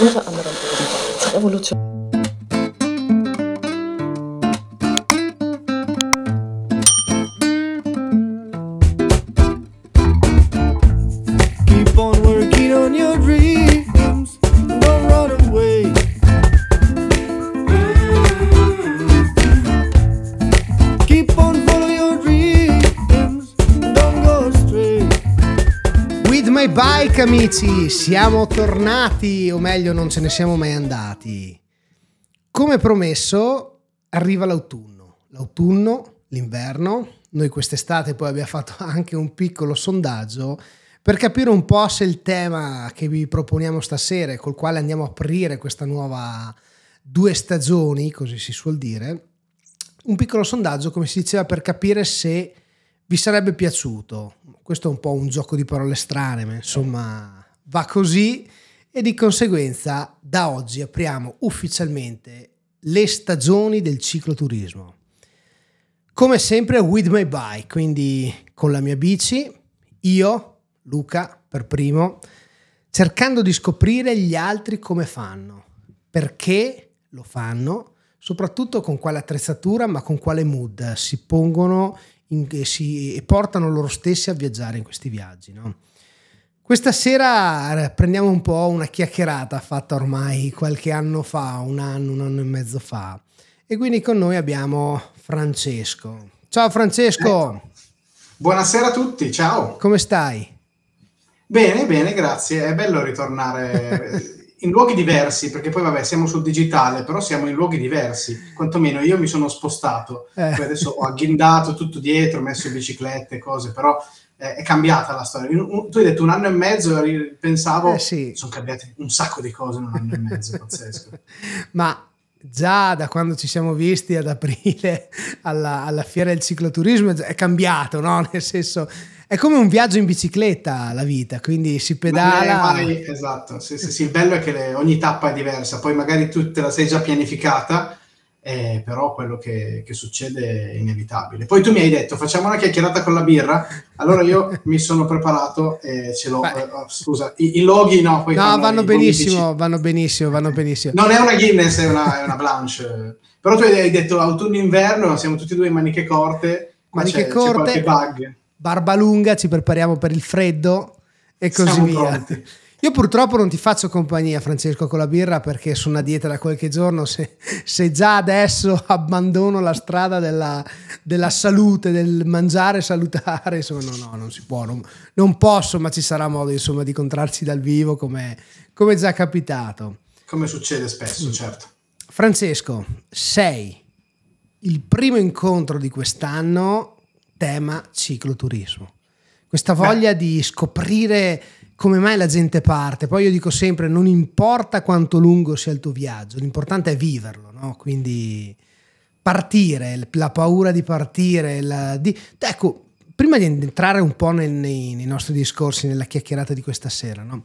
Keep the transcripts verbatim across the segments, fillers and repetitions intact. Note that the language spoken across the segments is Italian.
unter anderem eben zur Evolution. Keep on working on your dreams, don't run away. Keep on following your dreams, don't go astray. With My Bike, amici, siamo tornati, o meglio non ce ne siamo mai andati. Come promesso arriva l'autunno, l'autunno, l'inverno. Noi quest'estate poi abbiamo fatto anche un piccolo sondaggio per capire un po' se il tema che vi proponiamo stasera, col quale andiamo a aprire questa nuova due stagioni, così si suol dire, un piccolo sondaggio, come si diceva, per capire se vi sarebbe piaciuto. Questo è un po' un gioco di parole strane, ma insomma va così, e di conseguenza da oggi apriamo ufficialmente le stagioni del cicloturismo. Come sempre with my bike, quindi con la mia bici, io, Luca, per primo, cercando di scoprire gli altri come fanno, perché lo fanno, soprattutto con quale attrezzatura, ma con quale mood si pongono in, e, si, e portano loro stessi a viaggiare in questi viaggi, no? Questa sera prendiamo un po' una chiacchierata fatta ormai qualche anno fa, un anno, un anno e mezzo fa, e quindi con noi abbiamo Francesco. Ciao Francesco! Ecco. Buonasera a tutti, ciao! Come stai? Bene, bene, grazie. È bello ritornare in luoghi diversi, perché poi vabbè siamo sul digitale, però siamo in luoghi diversi. Quantomeno io mi sono spostato, Eh. poi adesso ho agghindato tutto dietro, ho messo biciclette, cose, però eh, è cambiata la storia. In un- tu hai detto un anno e mezzo, e pensavo, Eh sì. sono cambiate un sacco di cose in un anno e mezzo, è pazzesco. Ma già da quando ci siamo visti ad aprile alla, alla fiera del cicloturismo è cambiato, no? Nel senso, è come un viaggio in bicicletta la vita, quindi si Non è pedala. mai- esatto, sì, sì, sì, il bello è che le- ogni tappa è diversa, poi magari tu te la sei già pianificata, eh, però quello che, che succede è inevitabile. Poi tu mi hai detto facciamo una chiacchierata con la birra, allora io mi sono preparato e ce l'ho, Beh. eh, oh, scusa, i, i loghi no, poi No, fanno vanno i benissimo, politici. vanno benissimo, vanno benissimo. Non è una Guinness, è una, è una Blanche, però tu hai detto autunno-inverno, siamo tutti e due in maniche corte, qua Maniche c'è, c'è corte, qualche bug. barba lunga, ci prepariamo per il freddo e così Siamo via. pronti. Io purtroppo non ti faccio compagnia, Francesco, con la birra, perché sono a dieta da qualche giorno. Se, se già adesso abbandono la strada della, della salute, del mangiare salutare, insomma, no, no, non si può, non, non posso, ma ci sarà modo, insomma, di incontrarci dal vivo, come come già capitato. Come succede spesso, certo. Francesco, sei il primo incontro di quest'anno, tema cicloturismo. Questa voglia di scoprire come mai la gente parte. Poi io dico sempre, non importa quanto lungo sia il tuo viaggio, l'importante è viverlo, no? Quindi partire, la paura di partire, la, di... ecco, prima di entrare un po' nel- nei, nei nostri discorsi, nella chiacchierata di questa sera, no?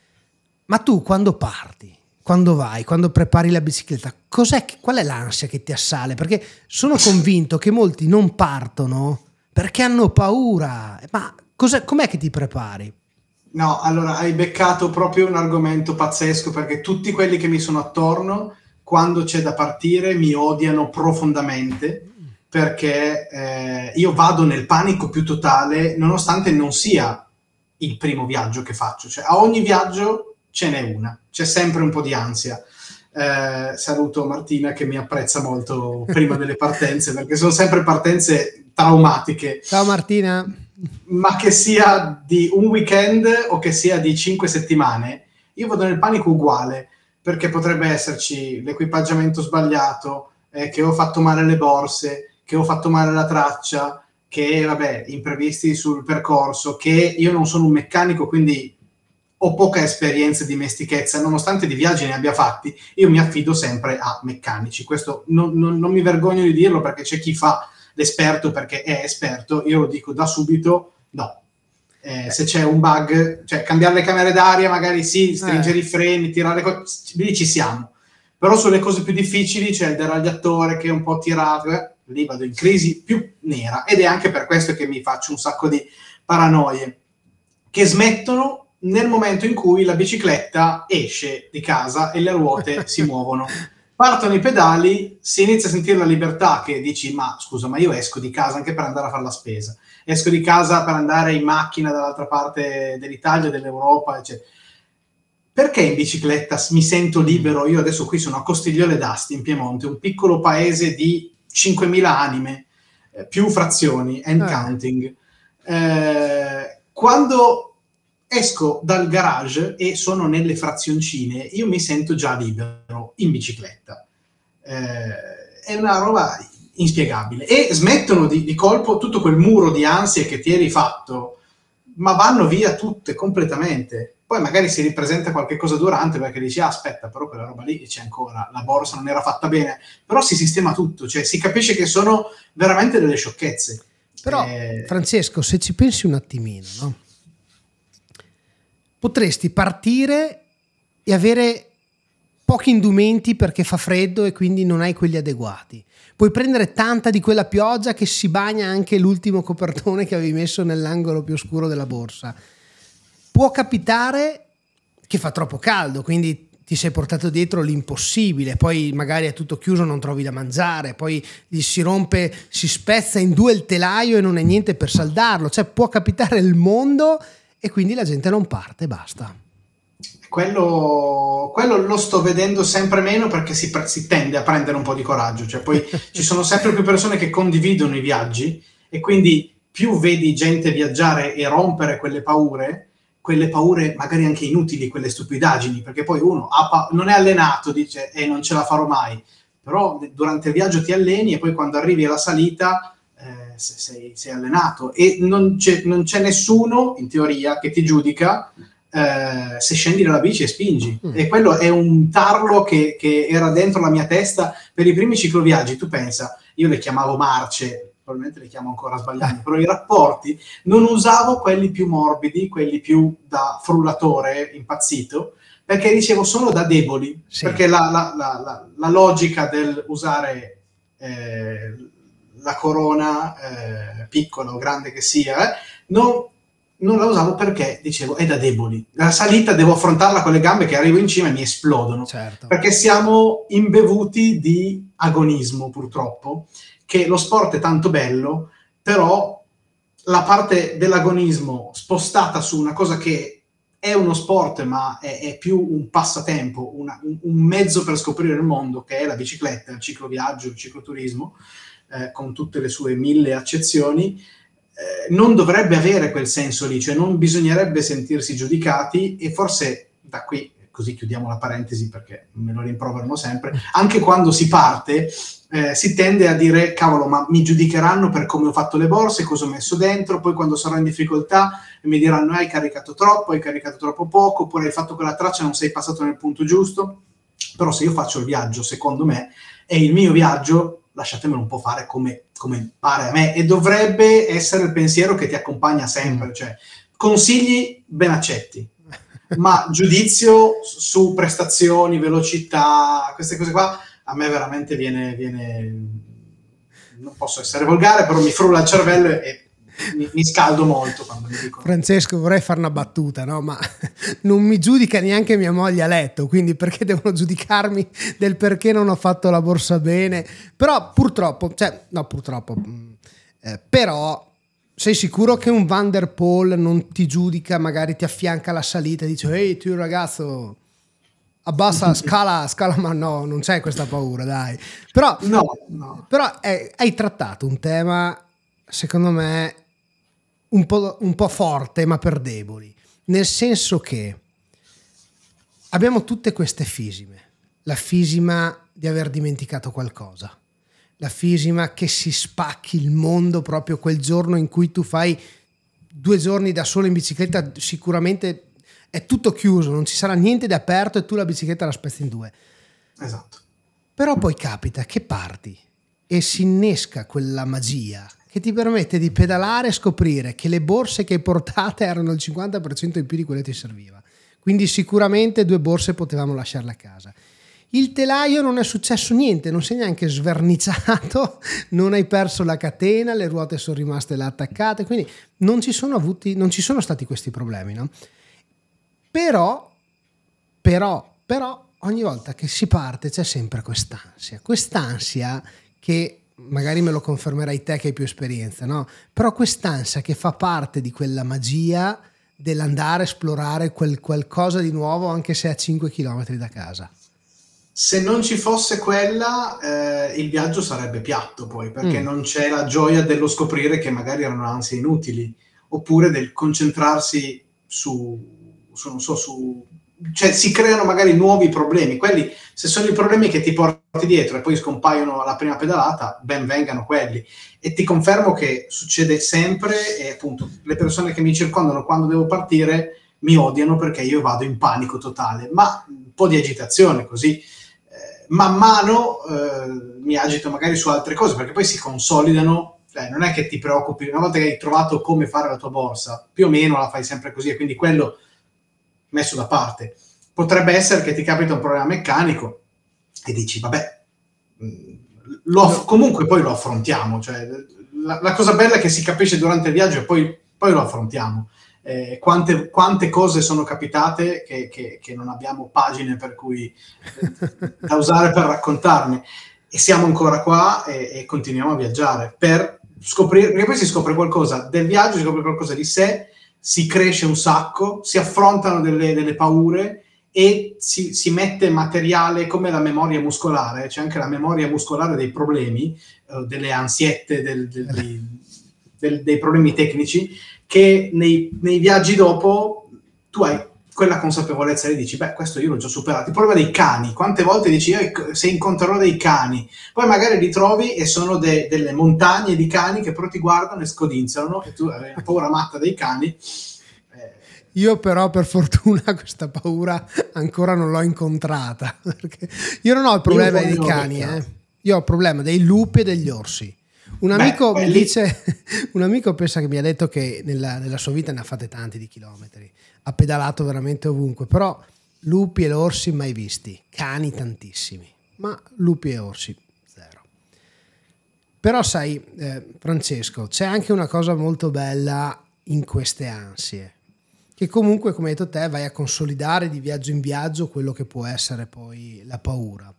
Ma tu quando parti, quando vai, quando prepari la bicicletta, cos'è che, qual è l'ansia che ti assale? Perché sono convinto che molti non partono perché hanno paura. Ma cos'è, com'è che ti prepari? No, allora hai beccato proprio un argomento pazzesco, perché tutti quelli che mi sono attorno, quando c'è da partire, mi odiano profondamente, perché eh, io vado nel panico più totale, nonostante non sia il primo viaggio che faccio. Cioè, a ogni viaggio ce n'è una, c'è sempre un po' di ansia. Eh, saluto Martina che mi apprezza molto prima delle partenze, perché sono sempre partenze traumatiche. Ciao Martina. Ma che sia di un weekend o che sia di cinque settimane, io vado nel panico uguale, perché potrebbe esserci l'equipaggiamento sbagliato, eh, che ho fatto male le borse, che ho fatto male la traccia, che vabbè, imprevisti sul percorso, che io non sono un meccanico, quindi ho poca esperienza e dimestichezza, nonostante di viaggi ne abbia fatti, io mi affido sempre a meccanici. Questo non, non, non mi vergogno di dirlo, perché c'è chi fa l'esperto perché è esperto, io lo dico da subito, no. Eh, se c'è un bug, cioè cambiare le camere d'aria, magari sì, stringere Eh. i freni, tirare co- lì ci siamo. Però sulle cose più difficili c'è il deragliatore che è un po' tirato, eh, lì vado in crisi più nera, ed è anche per questo che mi faccio un sacco di paranoie che smettono nel momento in cui la bicicletta esce di casa e le ruote si muovono. Partono i pedali, si inizia a sentire la libertà che dici, ma scusa, ma io esco di casa anche per andare a fare la spesa, esco di casa per andare in macchina dall'altra parte dell'Italia, dell'Europa, eccetera. Perché in bicicletta mi sento libero? Io adesso qui sono a Costigliole d'Asti, in Piemonte, un piccolo paese di cinquemila anime, eh, più frazioni, and eh. counting. Eh, quando esco dal garage e sono nelle frazioncine, io mi sento già libero in bicicletta. Eh, è una roba inspiegabile. E smettono di, di colpo tutto quel muro di ansie che ti eri fatto, ma vanno via tutte completamente. Poi magari si ripresenta qualche cosa durante, perché dici, ah, aspetta, però quella roba lì c'è ancora, la borsa non era fatta bene, però si sistema tutto, cioè si capisce che sono veramente delle sciocchezze. Però, eh... Francesco, se ci pensi un attimino, no? Potresti partire e avere pochi indumenti perché fa freddo e quindi non hai quelli adeguati. Puoi prendere tanta di quella pioggia che si bagna anche l'ultimo copertone che avevi messo nell'angolo più oscuro della borsa. Può capitare che fa troppo caldo, quindi ti sei portato dietro l'impossibile, poi magari è tutto chiuso, non trovi da mangiare, poi gli si rompe, si spezza in due il telaio e non hai niente per saldarlo. Cioè può capitare il mondo e quindi la gente non parte, basta. Quello, quello lo sto vedendo sempre meno, perché si, si tende a prendere un po' di coraggio, cioè poi ci sono sempre più persone che condividono i viaggi e quindi più vedi gente viaggiare e rompere quelle paure, quelle paure magari anche inutili, quelle stupidaggini, perché poi uno ha pa- non è allenato, dice e eh, non ce la farò mai, però durante il viaggio ti alleni e poi quando arrivi alla salita eh, sei, sei allenato e non c'è, non c'è nessuno in teoria che ti giudica eh, se scendi dalla bici e spingi. Mm. E quello è un tarlo che, che era dentro la mia testa per i primi cicloviaggi. Tu pensa, io le chiamavo marce, probabilmente le chiamo ancora sbagliando, però i rapporti non usavo quelli più morbidi, quelli più da frullatore impazzito, perché dicevo sono da deboli, sì. Perché la, la, la, la, la logica del usare eh, la corona eh, piccola o grande che sia, eh, non, non la usavo perché dicevo è da deboli, la salita devo affrontarla con le gambe che arrivo in cima e mi esplodono, certo. Perché siamo imbevuti di agonismo purtroppo, che lo sport è tanto bello, però la parte dell'agonismo spostata su una cosa che è uno sport ma è, è più un passatempo, una, un, un mezzo per scoprire il mondo, che è la bicicletta, il cicloviaggio, il cicloturismo, eh, con tutte le sue mille accezioni, eh, non dovrebbe avere quel senso lì, cioè non bisognerebbe sentirsi giudicati. E forse da qui, così chiudiamo la parentesi perché me lo rimproverano sempre, anche quando si parte eh, si tende a dire cavolo, ma mi giudicheranno per come ho fatto le borse, cosa ho messo dentro, poi quando sarò in difficoltà mi diranno hai caricato troppo, hai caricato troppo poco, oppure hai fatto quella traccia e non sei passato nel punto giusto. Però se io faccio il viaggio, secondo me, è il mio viaggio, lasciatemelo un po' fare come, come pare a me, e dovrebbe essere il pensiero che ti accompagna sempre, cioè consigli ben accetti, ma giudizio su prestazioni, velocità, queste cose qua, a me veramente viene, viene non posso essere volgare, però mi frulla il cervello e mi, mi scaldo molto quando mi dicono. Francesco, vorrei fare una battuta, no? Ma non mi giudica neanche mia moglie a letto, quindi perché devono giudicarmi del perché non ho fatto la borsa bene? Però purtroppo, cioè, no purtroppo, eh, però sei sicuro che un Van der Poel non ti giudica, magari ti affianca alla salita e dice ehi tu ragazzo abbassa scala, scala, ma no, non c'è questa paura, dai. Però, no, no. però eh, hai trattato un tema, secondo me, un po', un po' forte, ma per deboli. Nel senso che abbiamo tutte queste fisime. La fisima di aver dimenticato qualcosa. La fisima che si spacchi il mondo proprio quel giorno in cui tu fai due giorni da solo in bicicletta, sicuramente è tutto chiuso, non ci sarà niente di aperto e tu la bicicletta la spezzi in due. Esatto. Però poi capita che parti e si innesca quella magia che ti permette di pedalare e scoprire che le borse che hai portate erano il cinquanta per cento in più di quelle che ti serviva. Quindi sicuramente due borse potevamo lasciarle a casa. Il telaio non è successo niente, non sei neanche sverniciato, non hai perso la catena, le ruote sono rimaste là attaccate, quindi non ci sono avuti, non ci sono stati questi problemi, no? Però, però, però, ogni volta che si parte c'è sempre quest'ansia, quest'ansia che magari me lo confermerai te che hai più esperienza, no? Però quest'ansia che fa parte di quella magia dell'andare a esplorare quel qualcosa di nuovo anche se a cinque chilometri da casa. Se non ci fosse quella, eh, il viaggio sarebbe piatto poi, perché Mm. non c'è la gioia dello scoprire che magari erano ansie inutili, oppure del concentrarsi su, su non so, su... cioè si creano magari nuovi problemi. Quelli, se sono i problemi che ti porti dietro e poi scompaiono alla prima pedalata, ben vengano quelli. E ti confermo che succede sempre, e appunto le persone che mi circondano quando devo partire mi odiano perché io vado in panico totale, ma un po' di agitazione così. Eh, man mano eh, mi agito magari su altre cose, perché poi si consolidano. Eh, non è che ti preoccupi, una volta che hai trovato come fare la tua borsa, più o meno la fai sempre così, e quindi quello messo da parte. Potrebbe essere che ti capita un problema meccanico e dici, vabbè, lo, comunque poi lo affrontiamo. Cioè, la, la cosa bella è che si capisce durante il viaggio e poi, poi lo affrontiamo. Eh, quante, quante cose sono capitate che, che, che non abbiamo pagine per cui eh, da usare per raccontarne, e siamo ancora qua e, e continuiamo a viaggiare per scoprire, perché poi si scopre qualcosa del viaggio, si scopre qualcosa di sé, si cresce un sacco, si affrontano delle, delle paure e si, si mette materiale come la memoria muscolare. C'è anche la memoria muscolare dei problemi, eh, delle ansiette, del, del, dei, del, dei problemi tecnici, che nei, nei viaggi dopo tu hai quella consapevolezza e dici, beh, questo io l'ho già superato. Il problema dei cani, quante volte dici, eh, se incontrerò dei cani, poi magari li trovi e sono de, delle montagne di cani che però ti guardano e scodinzano e tu hai paura matta dei cani. Io però per fortuna questa paura ancora non l'ho incontrata, perché io non ho il problema dei cani, eh. Io ho il problema dei lupi e degli orsi. Un amico Beh, mi dice, un amico pensa che mi ha detto che nella, nella sua vita ne ha fatte tanti di chilometri, ha pedalato veramente ovunque, però lupi e orsi mai visti, cani tantissimi, ma lupi e orsi zero. Però sai, eh, Francesco, c'è anche una cosa molto bella in queste ansie, che comunque, come hai detto te, vai a consolidare di viaggio in viaggio quello che può essere poi la paura.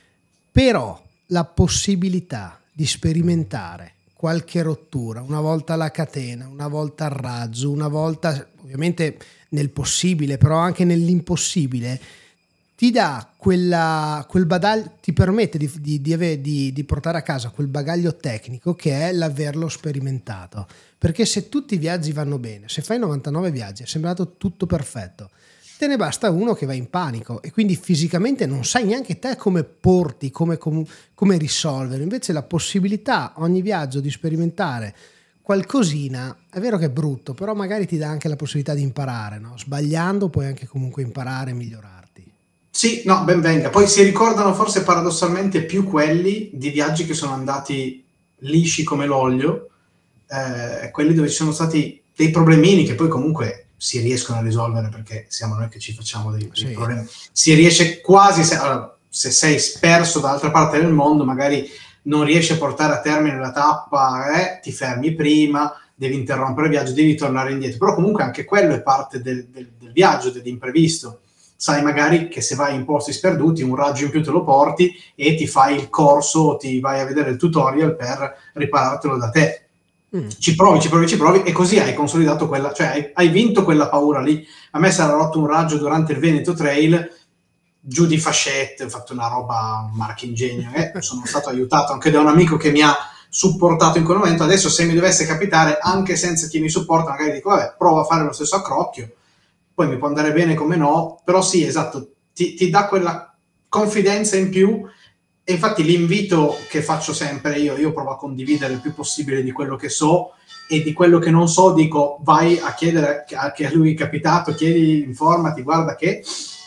Però la possibilità di sperimentare qualche rottura, una volta alla catena, una volta al raggio, una volta ovviamente nel possibile, però anche nell'impossibile, ti dà quella, quel bagaglio, ti permette di, di, di, ave, di, di portare a casa quel bagaglio tecnico che è l'averlo sperimentato. Perché se tutti i viaggi vanno bene, se fai novantanove viaggi, è sembrato tutto perfetto, te ne basta uno che va in panico e quindi fisicamente non sai neanche te come porti, come, come, come risolvere. Invece la possibilità ogni viaggio di sperimentare qualcosina, è vero che è brutto, però magari ti dà anche la possibilità di imparare, no? Sbagliando puoi anche comunque imparare e migliorarti. Sì, no, ben venga. Poi si ricordano forse paradossalmente più quelli di viaggi che sono andati lisci come l'olio, eh, quelli dove ci sono stati dei problemini che poi comunque si riescono a risolvere, perché siamo noi che ci facciamo dei, dei sì. problemi. Si riesce quasi, se, allora, se sei sperso dall'altra parte del mondo, magari non riesci a portare a termine la tappa, eh, ti fermi prima, devi interrompere il viaggio, devi tornare indietro, però comunque anche quello è parte del, del, del viaggio, dell'imprevisto. Sai magari che se vai in posti sperduti un raggio in più te lo porti e ti fai il corso, ti vai a vedere il tutorial per riparartelo da te. Mm. Ci provi, ci provi, ci provi e così hai consolidato quella, cioè hai, hai vinto quella paura lì. A me si era rotto un raggio durante il Veneto Trail, giù di fascette, ho fatto una roba, un marchingegno, eh. Sono stato aiutato anche da un amico che mi ha supportato in quel momento. Adesso se mi dovesse capitare, anche senza chi mi supporta, magari dico vabbè, provo a fare lo stesso accrocchio, poi mi può andare bene come no, però sì, esatto, ti, ti dà quella confidenza in più. E infatti l'invito che faccio sempre io, io provo a condividere il più possibile di quello che so, e di quello che non so dico vai a chiedere a che a lui è capitato, chiedi, informati, guarda che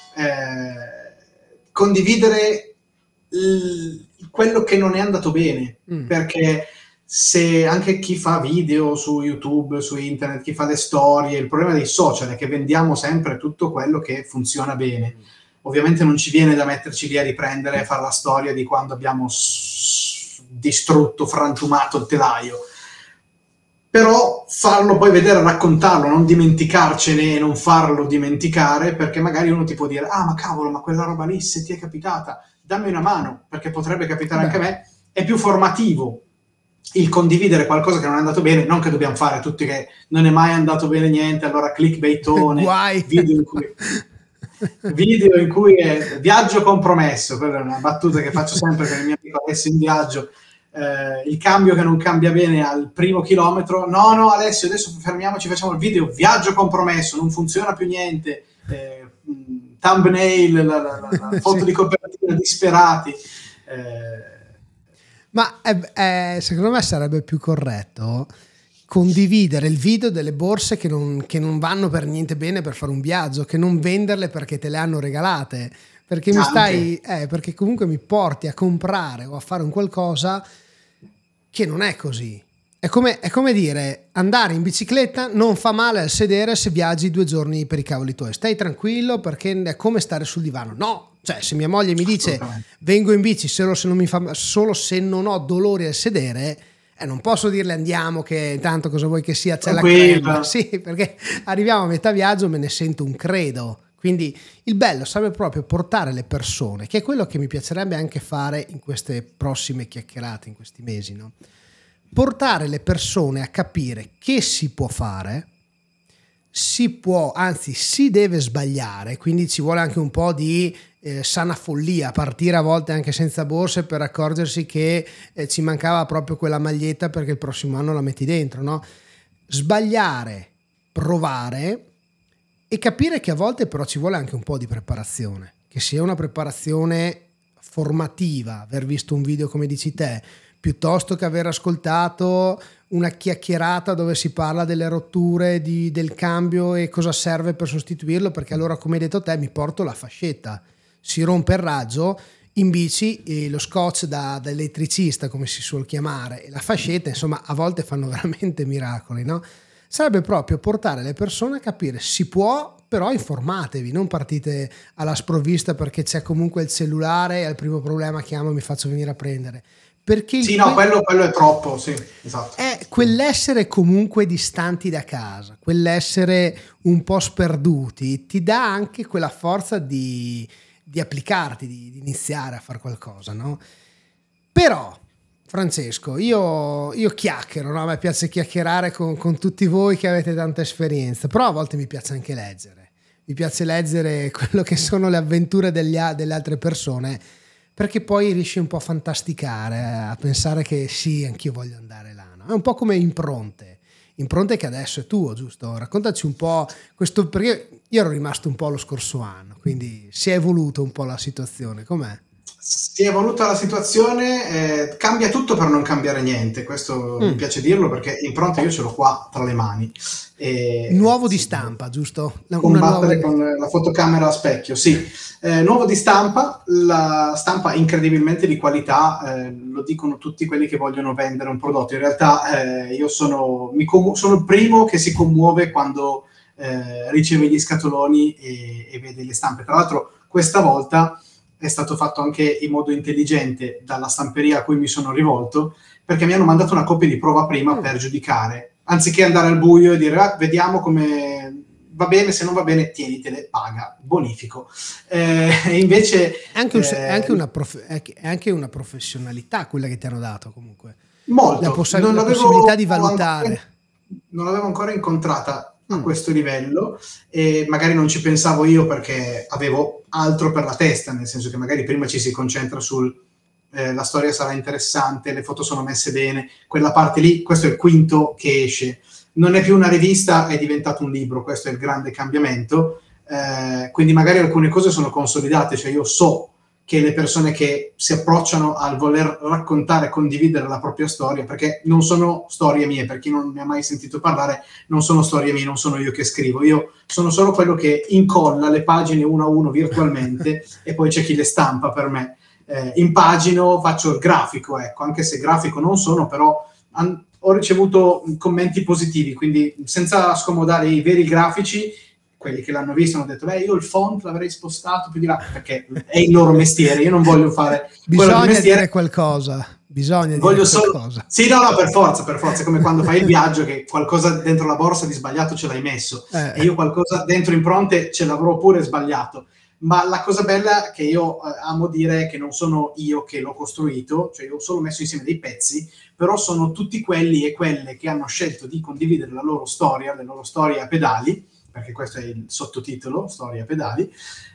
eh, condividere il, quello che non è andato bene, mm. perché se anche chi fa video su YouTube, su internet, chi fa le storie, il problema dei social è che vendiamo sempre tutto quello che funziona bene. Ovviamente non ci viene da metterci lì a riprendere e fare la storia di quando abbiamo s- distrutto, frantumato il telaio. però farlo poi vedere, raccontarlo, non dimenticarcene e non farlo dimenticare, perché magari uno ti può dire ah ma cavolo, ma quella roba lì se ti è capitata dammi una mano, perché potrebbe capitare Beh. anche a me. È più formativo il condividere qualcosa che non è andato bene, non che dobbiamo fare tutti che non è mai andato bene niente, allora clickbaitone, video in cui video in cui è viaggio compromesso, quella è una battuta che faccio sempre con il mio amico Alessio in viaggio. Eh, il cambio che non cambia bene al primo chilometro, no no Alessio adesso fermiamoci, facciamo il video viaggio compromesso, non funziona più niente, eh, thumbnail, la, la, la, la foto sì. di copertina disperati, eh. Ma eh, eh, secondo me sarebbe più corretto condividere il video delle borse che non, che non vanno per niente bene per fare un viaggio, che non venderle perché te le hanno regalate, perché mi stai eh, perché comunque mi porti a comprare o a fare un qualcosa che non è così. È come, è come dire andare in bicicletta non fa male al sedere se viaggi due giorni per i cavoli tuoi, stai tranquillo perché è come stare sul divano. No, cioè se mia moglie mi dice vengo in bici solo se non mi fa, solo se non ho dolori al sedere, eh, non posso dirle andiamo che tanto cosa vuoi che sia, c'è la crema. Sì, perché arriviamo a metà viaggio me ne sento un credo. Quindi il bello sarebbe proprio portare le persone, che è quello che mi piacerebbe anche fare in queste prossime chiacchierate, in questi mesi, no? Portare le persone a capire che si può fare, si può, anzi si deve sbagliare, quindi ci vuole anche un po' di eh, sana follia, partire a volte anche senza borse per accorgersi che eh, ci mancava proprio quella maglietta perché il prossimo anno la metti dentro, no? Sbagliare, provare e capire che a volte però ci vuole anche un po' di preparazione, che sia una preparazione formativa, aver visto un video come dici te, piuttosto che aver ascoltato una chiacchierata dove si parla delle rotture di, del cambio e cosa serve per sostituirlo, perché allora come hai detto te mi porto la fascetta, si rompe il raggio in bici e lo scotch da, da elettricista come si suol chiamare e la fascetta insomma a volte fanno veramente miracoli, no? Sarebbe proprio portare le persone a capire si può, però informatevi, non partite alla sprovvista perché c'è comunque il cellulare e al primo problema chiamo e mi faccio venire a prendere. Perché sì, no, quello, quello è troppo, sì, esatto. È quell'essere comunque distanti da casa, quell'essere un po' sperduti, ti dà anche quella forza di, di applicarti, di, di iniziare a fare qualcosa, no? Però, Francesco, io, io chiacchiero, no? A me piace chiacchierare con, con tutti voi che avete tanta esperienza, però a volte mi piace anche leggere, mi piace leggere quello che sono le avventure degli, delle altre persone, perché poi riesci un po' a fantasticare, a pensare che sì, anch'io voglio andare là, no? È un po' come Impronte, Impronte che adesso è tuo, giusto? Raccontaci un po' questo, perché io ero rimasto un po' lo scorso anno, quindi si è evoluto un po' la situazione, com'è? Si è evoluta la situazione, eh, cambia tutto per non cambiare niente, questo mm. mi piace dirlo perché Impronte io ce l'ho qua tra le mani. E, nuovo sì, di stampa, giusto? Una combattere nuova... con la fotocamera a specchio, sì. Eh, nuovo di stampa, la stampa incredibilmente di qualità, eh, lo dicono tutti quelli che vogliono vendere un prodotto. In realtà eh, io sono, mi commu- sono il primo che si commuove quando eh, riceve gli scatoloni e, e vede le stampe. Tra l'altro questa volta è stato fatto anche in modo intelligente dalla stamperia a cui mi sono rivolto, perché mi hanno mandato una copia di prova prima mm. per giudicare, anziché andare al buio e dire ah, vediamo come va bene, se non va bene tienitele, paga, bonifico. Eh, invece è anche, un, eh, è, anche una prof, è anche una professionalità quella che ti hanno dato comunque. Molto. La, poss- la possibilità di valutare. Ancora, non l'avevo ancora incontrata a mm. questo livello e magari non ci pensavo io perché avevo altro per la testa, nel senso che magari prima ci si concentra sul eh, la storia sarà interessante, le foto sono messe bene, quella parte lì, questo è il quinto che esce, non è più una rivista, è diventato un libro, questo è il grande cambiamento, eh, quindi magari alcune cose sono consolidate, cioè io so che le persone che si approcciano al voler raccontare e condividere la propria storia, perché non sono storie mie, per chi non mi ha mai sentito parlare, non sono storie mie, non sono io che scrivo, io sono solo quello che incolla le pagine uno a uno virtualmente e poi c'è chi le stampa per me. Eh, impagino, faccio il grafico, ecco, anche se grafico non sono, però an- ho ricevuto commenti positivi, quindi senza scomodare i veri grafici, quelli che l'hanno visto hanno detto beh io il font l'avrei spostato più di là perché è il loro mestiere, io non voglio fare bisogna quello di mestiere. dire qualcosa bisogna dire Voglio solo... qualcosa. Sì, no, no, per forza, per forza, è come quando fai il viaggio che qualcosa dentro la borsa di sbagliato ce l'hai messo, Eh. e io qualcosa dentro impronte ce l'avrò pure sbagliato. Ma la cosa bella che io eh, amo dire è che non sono io che l'ho costruito, cioè io ho solo messo insieme dei pezzi, però sono tutti quelli e quelle che hanno scelto di condividere la loro storia, le loro storie a pedali, perché questo è il sottotitolo, storie a pedali,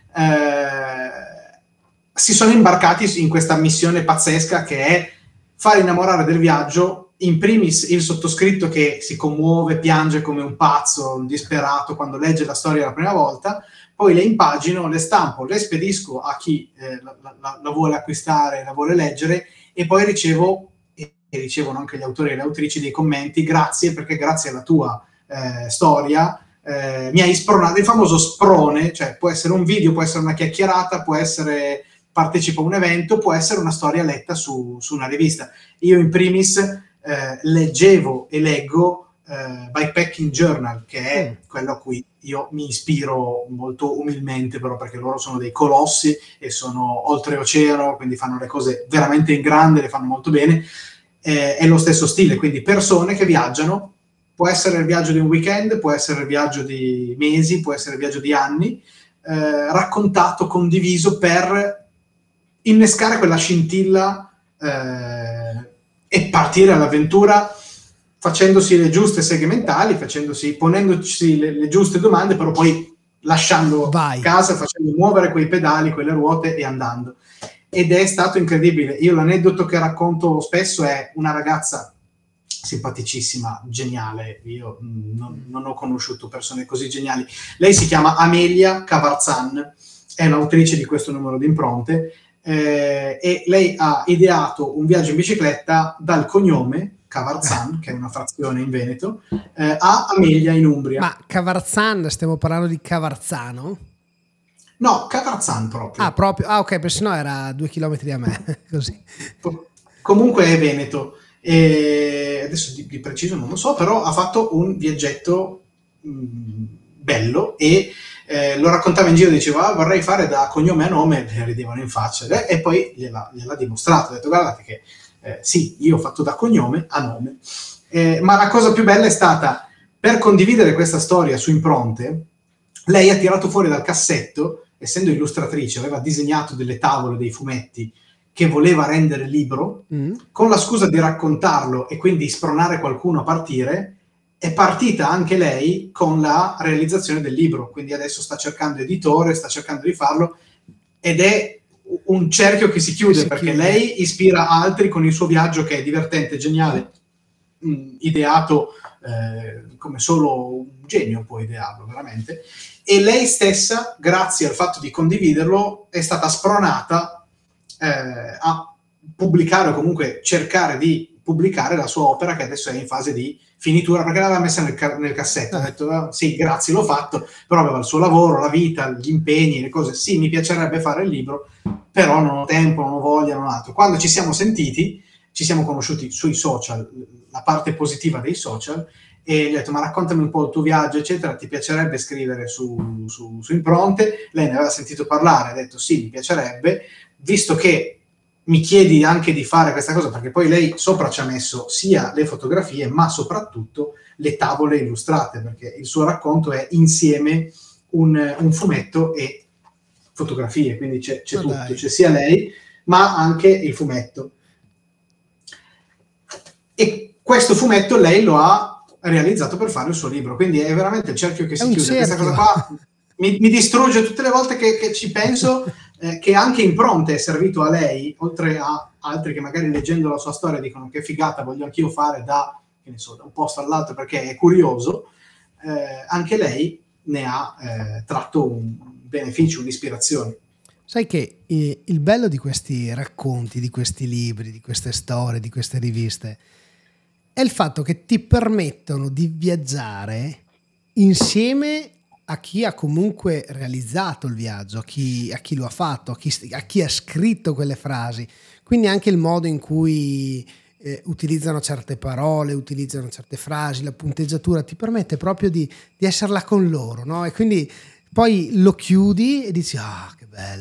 eh, si sono imbarcati in questa missione pazzesca che è far innamorare del viaggio, in primis il sottoscritto che si commuove, piange come un pazzo, un disperato quando legge la storia la prima volta, poi le impagino, le stampo, le spedisco a chi eh, la, la, la vuole acquistare, la vuole leggere, e poi ricevo, e, e ricevono anche gli autori e le autrici, dei commenti: grazie, perché grazie alla tua eh, storia eh, mi hai spronato, il famoso sprone, cioè può essere un video, può essere una chiacchierata, può essere partecipo a un evento, può essere una storia letta su, su una rivista. Io in primis eh, leggevo e leggo Uh, Bikepacking Journal, che è mm. quello a cui io mi ispiro molto umilmente, però perché loro sono dei colossi e sono oltreoceano, quindi fanno le cose veramente in grande, le fanno molto bene. Eh, è lo stesso stile, quindi persone che viaggiano, può essere il viaggio di un weekend, può essere il viaggio di mesi, può essere il viaggio di anni, eh, raccontato, condiviso per innescare quella scintilla eh, e partire all'avventura, facendosi le giuste seghe mentali, facendosi, ponendoci le, le giuste domande, però poi lasciando Vai. casa, facendo muovere quei pedali, quelle ruote e andando. Ed è stato incredibile. Io l'aneddoto che racconto spesso è una ragazza simpaticissima, geniale. Io non, non ho conosciuto persone così geniali. Lei si chiama Amelia Cavarzan, è l'autrice di questo numero di impronte, eh, e lei ha ideato un viaggio in bicicletta dal cognome Cavarzan, che è una frazione in Veneto, eh, a Amelia in Umbria. Ma Cavarzan, stiamo parlando di Cavarzano? No, Cavarzan proprio. Ah, proprio? Ah, ok, perché sennò era due chilometri a me, così. Comunque è Veneto. E adesso di, di preciso non lo so, però ha fatto un viaggetto mh, bello e eh, lo raccontava in giro, diceva ah, vorrei fare da cognome a nome, le ridevano in faccia, e poi gliela, gliel'ha dimostrato, ha detto guardate che Eh, sì, io ho fatto da cognome a nome, eh, ma la cosa più bella è stata, per condividere questa storia su impronte, lei ha tirato fuori dal cassetto, essendo illustratrice, aveva disegnato delle tavole, dei fumetti che voleva rendere libro, mm. con la scusa di raccontarlo e quindi spronare qualcuno a partire, è partita anche lei con la realizzazione del libro, quindi adesso sta cercando editore, sta cercando di farlo, ed è un cerchio che si chiude, si perché chiude. Lei ispira altri con il suo viaggio che è divertente, geniale, mh, ideato eh, come solo un genio può idearlo veramente, e lei stessa, grazie al fatto di condividerlo, è stata spronata eh, a pubblicare, o comunque cercare di pubblicare la sua opera, che adesso è in fase di finitura, perché l'aveva messa nel, ca- nel cassetto, ha detto ah, sì, grazie, l'ho fatto, però aveva il suo lavoro, la vita, gli impegni, le cose, sì, mi piacerebbe fare il libro, però non ho tempo, non ho voglia, non ho altro. Quando ci siamo sentiti, ci siamo conosciuti sui social, la parte positiva dei social, e gli ho detto ma raccontami un po' il tuo viaggio, eccetera, ti piacerebbe scrivere su, su, su impronte? Lei ne aveva sentito parlare, ha detto sì, mi piacerebbe, visto che mi chiedi anche di fare questa cosa, perché poi lei sopra ci ha messo sia le fotografie, ma soprattutto le tavole illustrate, perché il suo racconto è insieme un, un fumetto e fotografie, quindi c'è, c'è oh tutto, dai. C'è sia lei, ma anche il fumetto. E questo fumetto lei lo ha realizzato per fare il suo libro, quindi è veramente il cerchio che è si chiude. Cerchio. Questa cosa qua mi, mi distrugge tutte le volte che, che ci penso, eh, che anche Impronte è servito a lei, oltre a altri che magari leggendo la sua storia dicono che figata, voglio anch'io fare da, che ne so, da un posto all'altro perché è curioso, eh, anche lei ne ha eh, tratto un beneficio, un'ispirazione. Sai che eh, il bello di questi racconti, di questi libri, di queste storie, di queste riviste è il fatto che ti permettono di viaggiare insieme a chi ha comunque realizzato il viaggio, a chi, a chi lo ha fatto, a chi, a chi ha scritto quelle frasi. Quindi anche il modo in cui eh, utilizzano certe parole, utilizzano certe frasi, la punteggiatura ti permette proprio di, di esserla con loro, no? E quindi poi lo chiudi e dici ah che bello,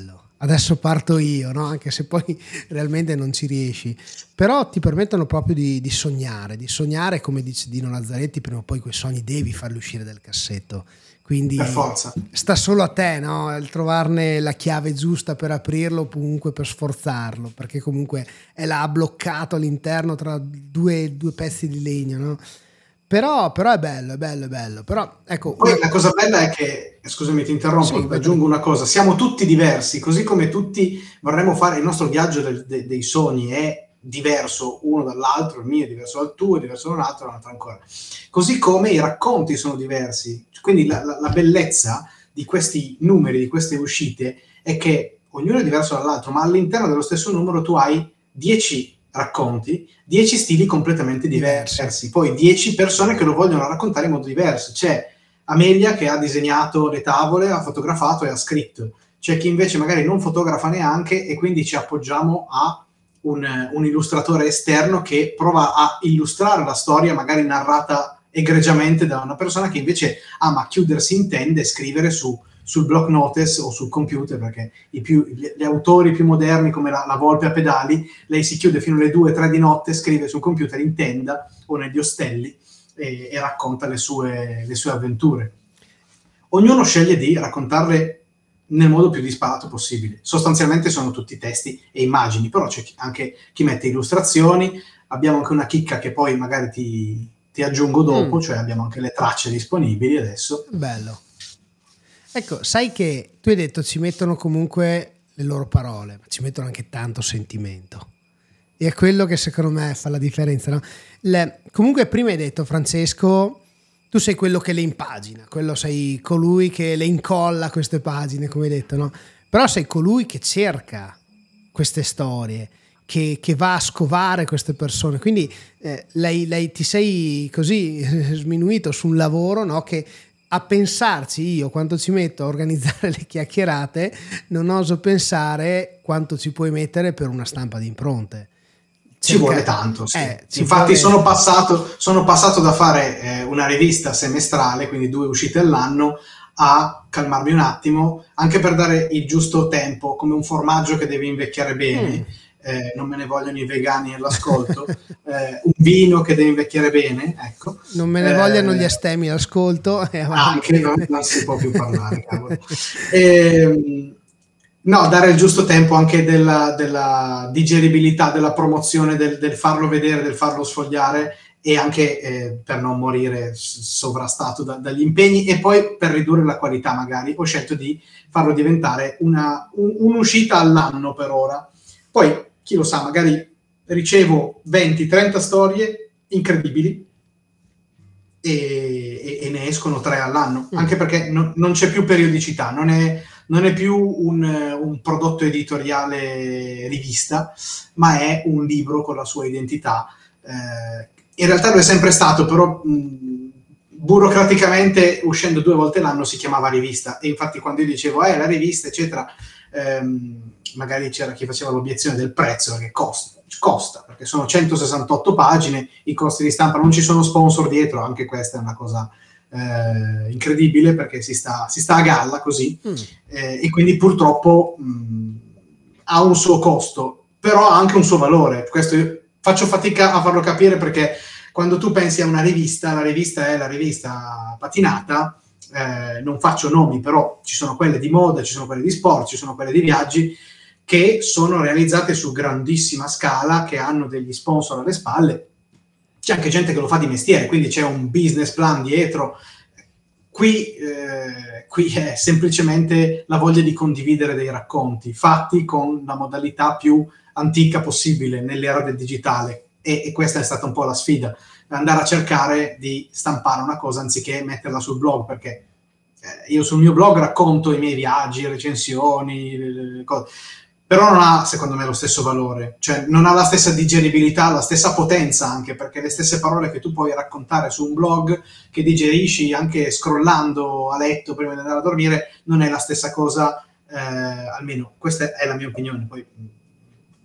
adesso parto io, no? Anche se poi realmente non ci riesci, però ti permettono proprio di, di sognare, di sognare, come dice Dino Lazzaretti, prima o poi quei sogni devi farli uscire dal cassetto, quindi Per forza. sta solo a te, no? Il trovarne la chiave giusta per aprirlo o comunque per sforzarlo, perché comunque è là bloccato all'interno tra due, due pezzi di legno, no? Però, però è bello, è bello, è bello. Però, ecco, Poi una- la cosa bella è che, scusami, ti interrompo, Sì, vai, aggiungo una cosa, siamo tutti diversi, così come tutti vorremmo fare il nostro viaggio del- de- dei sogni è diverso uno dall'altro, il mio è diverso dal tuo, è diverso da un altro, l'altro ancora. Così come i racconti sono diversi. Quindi la, la- la bellezza di questi numeri, di queste uscite, è che ognuno è diverso dall'altro, ma all'interno dello stesso numero tu hai dieci racconti, dieci stili completamente diversi, Diversi. poi dieci persone che lo vogliono raccontare in modo diverso. C'è Amelia che ha disegnato le tavole, ha fotografato e ha scritto. C'è chi invece magari non fotografa neanche e quindi ci appoggiamo a un, un illustratore esterno che prova a illustrare la storia magari narrata egregiamente da una persona che invece ama chiudersi in tenda e scrivere su, sul block notice o sul computer, perché i più, gli, gli autori più moderni come la, la Volpe a pedali, lei si chiude fino alle due tre di notte, scrive sul computer in tenda o negli ostelli e, e racconta le sue, le sue avventure. Ognuno sceglie di raccontarle nel modo più disparato possibile. Sostanzialmente sono tutti testi e immagini, però c'è anche chi mette illustrazioni. Abbiamo anche una chicca che poi magari ti, ti aggiungo dopo, Mm. cioè abbiamo anche le tracce disponibili adesso. bello. Ecco, sai che tu hai detto ci mettono comunque le loro parole, ma ci mettono anche tanto sentimento. E è quello che secondo me fa la differenza, no? Le- comunque prima hai detto, Francesco, tu sei quello che le impagina, quello sei colui che le incolla queste pagine, come hai detto, no? Però sei colui che cerca queste storie, che, che va a scovare queste persone. Quindi eh, lei, lei ti sei così eh, sminuito su un lavoro, no? Che a pensarci io quanto ci metto a organizzare le chiacchierate, non oso pensare quanto ci puoi mettere per una stampa di impronte. Ci Cerca- vuole tanto, sì. eh, ci Infatti vuole- sono passato, sono passato da fare eh, una rivista semestrale, quindi due uscite all'anno, a calmarmi un attimo, anche per dare il giusto tempo, come un formaggio che deve invecchiare bene. Mm. Eh, non me ne vogliono i vegani nell'ascolto, eh, un vino che deve invecchiare bene, ecco. Non me ne Eh, vogliano gli astemi all'ascolto e avanti. anche non, non si può più parlare, cavolo. Ehm, no, dare il giusto tempo anche della, della digeribilità, della promozione, del, del farlo vedere, del farlo sfogliare e anche eh, per non morire s- sovrastato da- dagli impegni e poi per ridurre la qualità magari ho scelto di farlo diventare una, un- un'uscita all'anno per ora. Poi chi lo sa, magari ricevo venti trenta storie incredibili e, e- e ne escono tre all'anno, Mm. anche perché no- non c'è più periodicità, non è, non è più un, un prodotto editoriale rivista, ma è un libro con la sua identità. Eh, in realtà lo è sempre stato, però mh, burocraticamente uscendo due volte l'anno si chiamava rivista e infatti quando io dicevo eh la rivista eccetera, ehm, magari c'era chi faceva l'obiezione del prezzo che costa, costa perché sono centosessantotto pagine, i costi di stampa, non ci sono sponsor dietro, anche questa è una cosa eh, incredibile perché si sta, si sta a galla così Mm. eh, e quindi purtroppo mh, ha un suo costo, però ha anche un suo valore. Questo io faccio fatica a farlo capire perché quando tu pensi a una rivista, la rivista è la rivista patinata, eh, non faccio nomi, però ci sono quelle di moda, ci sono quelle di sport, ci sono quelle di viaggi, che sono realizzate su grandissima scala, che hanno degli sponsor alle spalle. C'è anche gente che lo fa di mestiere, quindi c'è un business plan dietro. Qui, eh, qui è semplicemente la voglia di condividere dei racconti fatti con la modalità più antica possibile nell'era del digitale e, e questa è stata un po' la sfida, andare a cercare di stampare una cosa anziché metterla sul blog, perché eh, io sul mio blog racconto i miei viaggi, recensioni, le cose, però non ha secondo me lo stesso valore, cioè non ha la stessa digeribilità, la stessa potenza, anche perché le stesse parole che tu puoi raccontare su un blog che digerisci anche scrollando a letto prima di andare a dormire non è la stessa cosa, eh, almeno questa è la mia opinione, poi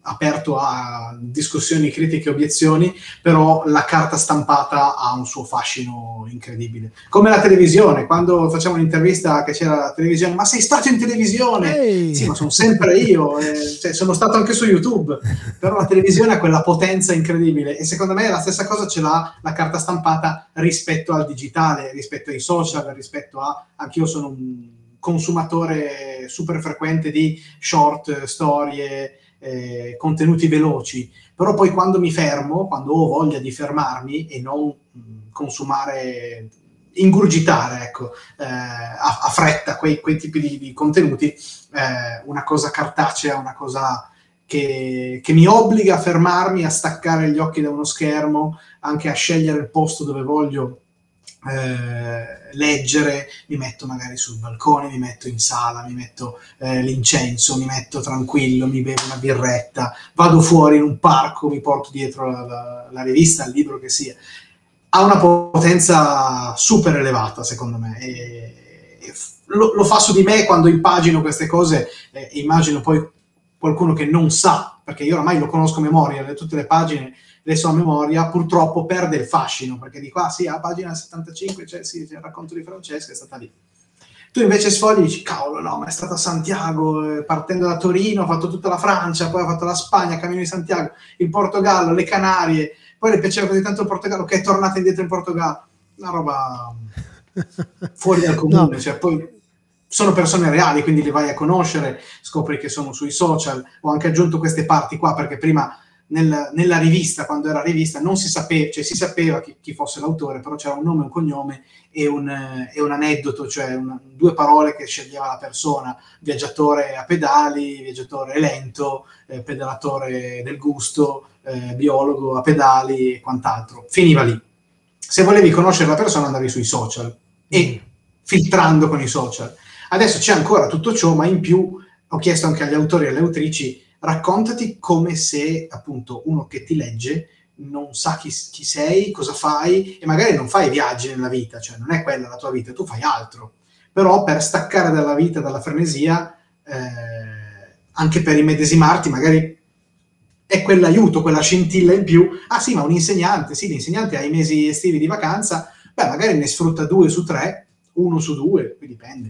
aperto a discussioni, critiche, obiezioni, però la carta stampata ha un suo fascino incredibile. Come la televisione, quando facciamo un'intervista che c'era la televisione, ma sei stato in televisione? Ehi. Sì, ma sono sempre io, eh, cioè, sono stato anche su YouTube, però la televisione ha quella potenza incredibile e secondo me la stessa cosa ce l'ha la carta stampata rispetto al digitale, rispetto ai social, rispetto a... Anch'io sono un consumatore super frequente di short, storie, eh, contenuti veloci, però poi quando mi fermo, quando ho voglia di fermarmi e non mh, consumare, ingurgitare, ecco, eh, a, a fretta quei, quei tipi di, di contenuti, eh, una cosa cartacea, una cosa che, che mi obbliga a fermarmi, a staccare gli occhi da uno schermo, anche a scegliere il posto dove voglio Eh, leggere, mi metto magari sul balcone, mi metto in sala, mi metto eh, l'incenso, mi metto tranquillo, mi bevo una birretta, vado fuori in un parco, mi porto dietro la, la, la rivista, il libro che sia. Ha una potenza super elevata secondo me e, e lo, lo fa su di me quando impagino queste cose, eh, immagino poi qualcuno che non sa, perché io oramai lo conosco a memoria, tutte le pagine le so a memoria, purtroppo perde il fascino, perché di qua, sì, a pagina settantacinque c'è, sì, c'è il racconto di Francesca, è stata lì. Tu invece sfogli e dici, cavolo, no, ma è stata a Santiago, eh, partendo da Torino, ha fatto tutta la Francia, poi ha fatto la Spagna, Cammino di Santiago, il Portogallo, le Canarie, poi le piaceva così tanto il Portogallo che è tornata indietro in Portogallo. Una roba fuori dal comune, no. Cioè poi sono persone reali, quindi le vai a conoscere, scopri che sono sui social. Ho anche aggiunto queste parti qua, perché prima... Nel, nella rivista, quando era rivista, non si sapeva, cioè si sapeva chi, chi fosse l'autore, però c'era un nome, un cognome e un, eh, e un aneddoto, cioè un, due parole che sceglieva la persona: viaggiatore a pedali, viaggiatore lento, eh, pedalatore del gusto, eh, biologo a pedali e quant'altro. Finiva lì. Se volevi conoscere la persona andavi sui social e filtrando con i social. Adesso c'è ancora tutto ciò, ma in più ho chiesto anche agli autori e alle autrici: raccontati come se appunto uno che ti legge non sa chi, chi sei, cosa fai, e magari non fai viaggi nella vita, cioè non è quella la tua vita, tu fai altro, però per staccare dalla vita, dalla frenesia, eh, anche per immedesimarti, magari è quell'aiuto, quella scintilla in più. Ah sì, ma un insegnante, sì, l'insegnante ha i mesi estivi di vacanza, beh, magari ne sfrutta due su tre, uno su due, qui dipende,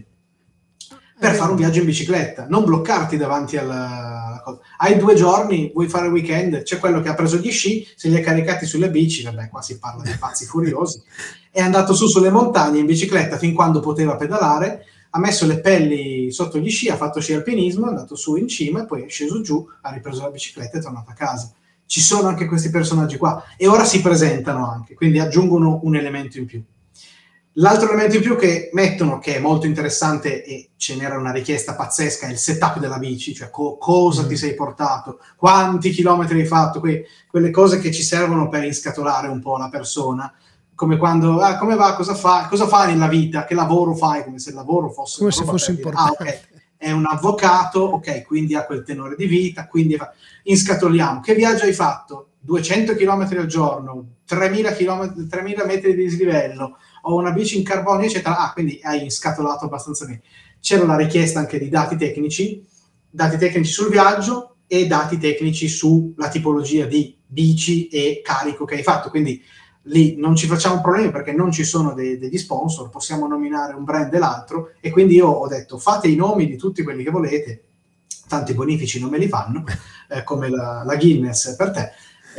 per fare un viaggio in bicicletta, non bloccarti davanti alla, alla cosa. Hai due giorni, vuoi fare il weekend, c'è quello che ha preso gli sci, se li ha caricati sulle bici, vabbè, qua si parla di pazzi furiosi, è andato su sulle montagne in bicicletta fin quando poteva pedalare, ha messo le pelli sotto gli sci, ha fatto sci alpinismo, è andato su in cima e poi è sceso giù, ha ripreso la bicicletta e è tornato a casa. Ci sono anche questi personaggi qua e ora si presentano anche, quindi aggiungono un elemento in più. L'altro elemento in più che mettono, che è molto interessante e ce n'era una richiesta pazzesca, è il setup della bici, cioè co- cosa ti sei portato, quanti chilometri hai fatto, que- quelle cose che ci servono per inscatolare un po' la persona, come quando, ah, come va, cosa fa, cosa fai nella vita, che lavoro fai, come se il lavoro fosse... Come se fosse dire, importante. ah, ok, è un avvocato, ok, quindi ha quel tenore di vita, quindi fa... inscatoliamo. Che viaggio hai fatto? duecento chilometri al giorno, tremila chilometri, tremila metri di dislivello, ho una bici in carbonio, eccetera. Ah, quindi hai inscatolato abbastanza bene. C'era la richiesta anche di dati tecnici, dati tecnici sul viaggio e dati tecnici sulla tipologia di bici e carico che hai fatto. Quindi lì non ci facciamo problemi perché non ci sono dei, degli sponsor, possiamo nominare un brand e l'altro, e quindi io ho detto fate i nomi di tutti quelli che volete, tanti bonifici non me li fanno, eh, come la, la Guinness per te.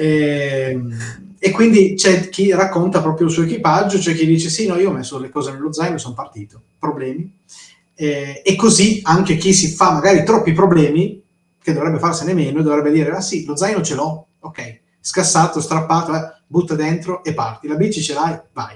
E, e quindi c'è chi racconta proprio il suo equipaggio, c'è chi dice sì, no, io ho messo le cose nello zaino e sono partito, problemi, e, e così anche chi si fa magari troppi problemi, che dovrebbe farsene meno, dovrebbe dire ah sì, lo zaino ce l'ho, ok, scassato, strappato, eh, butta dentro e parti, la bici ce l'hai, vai.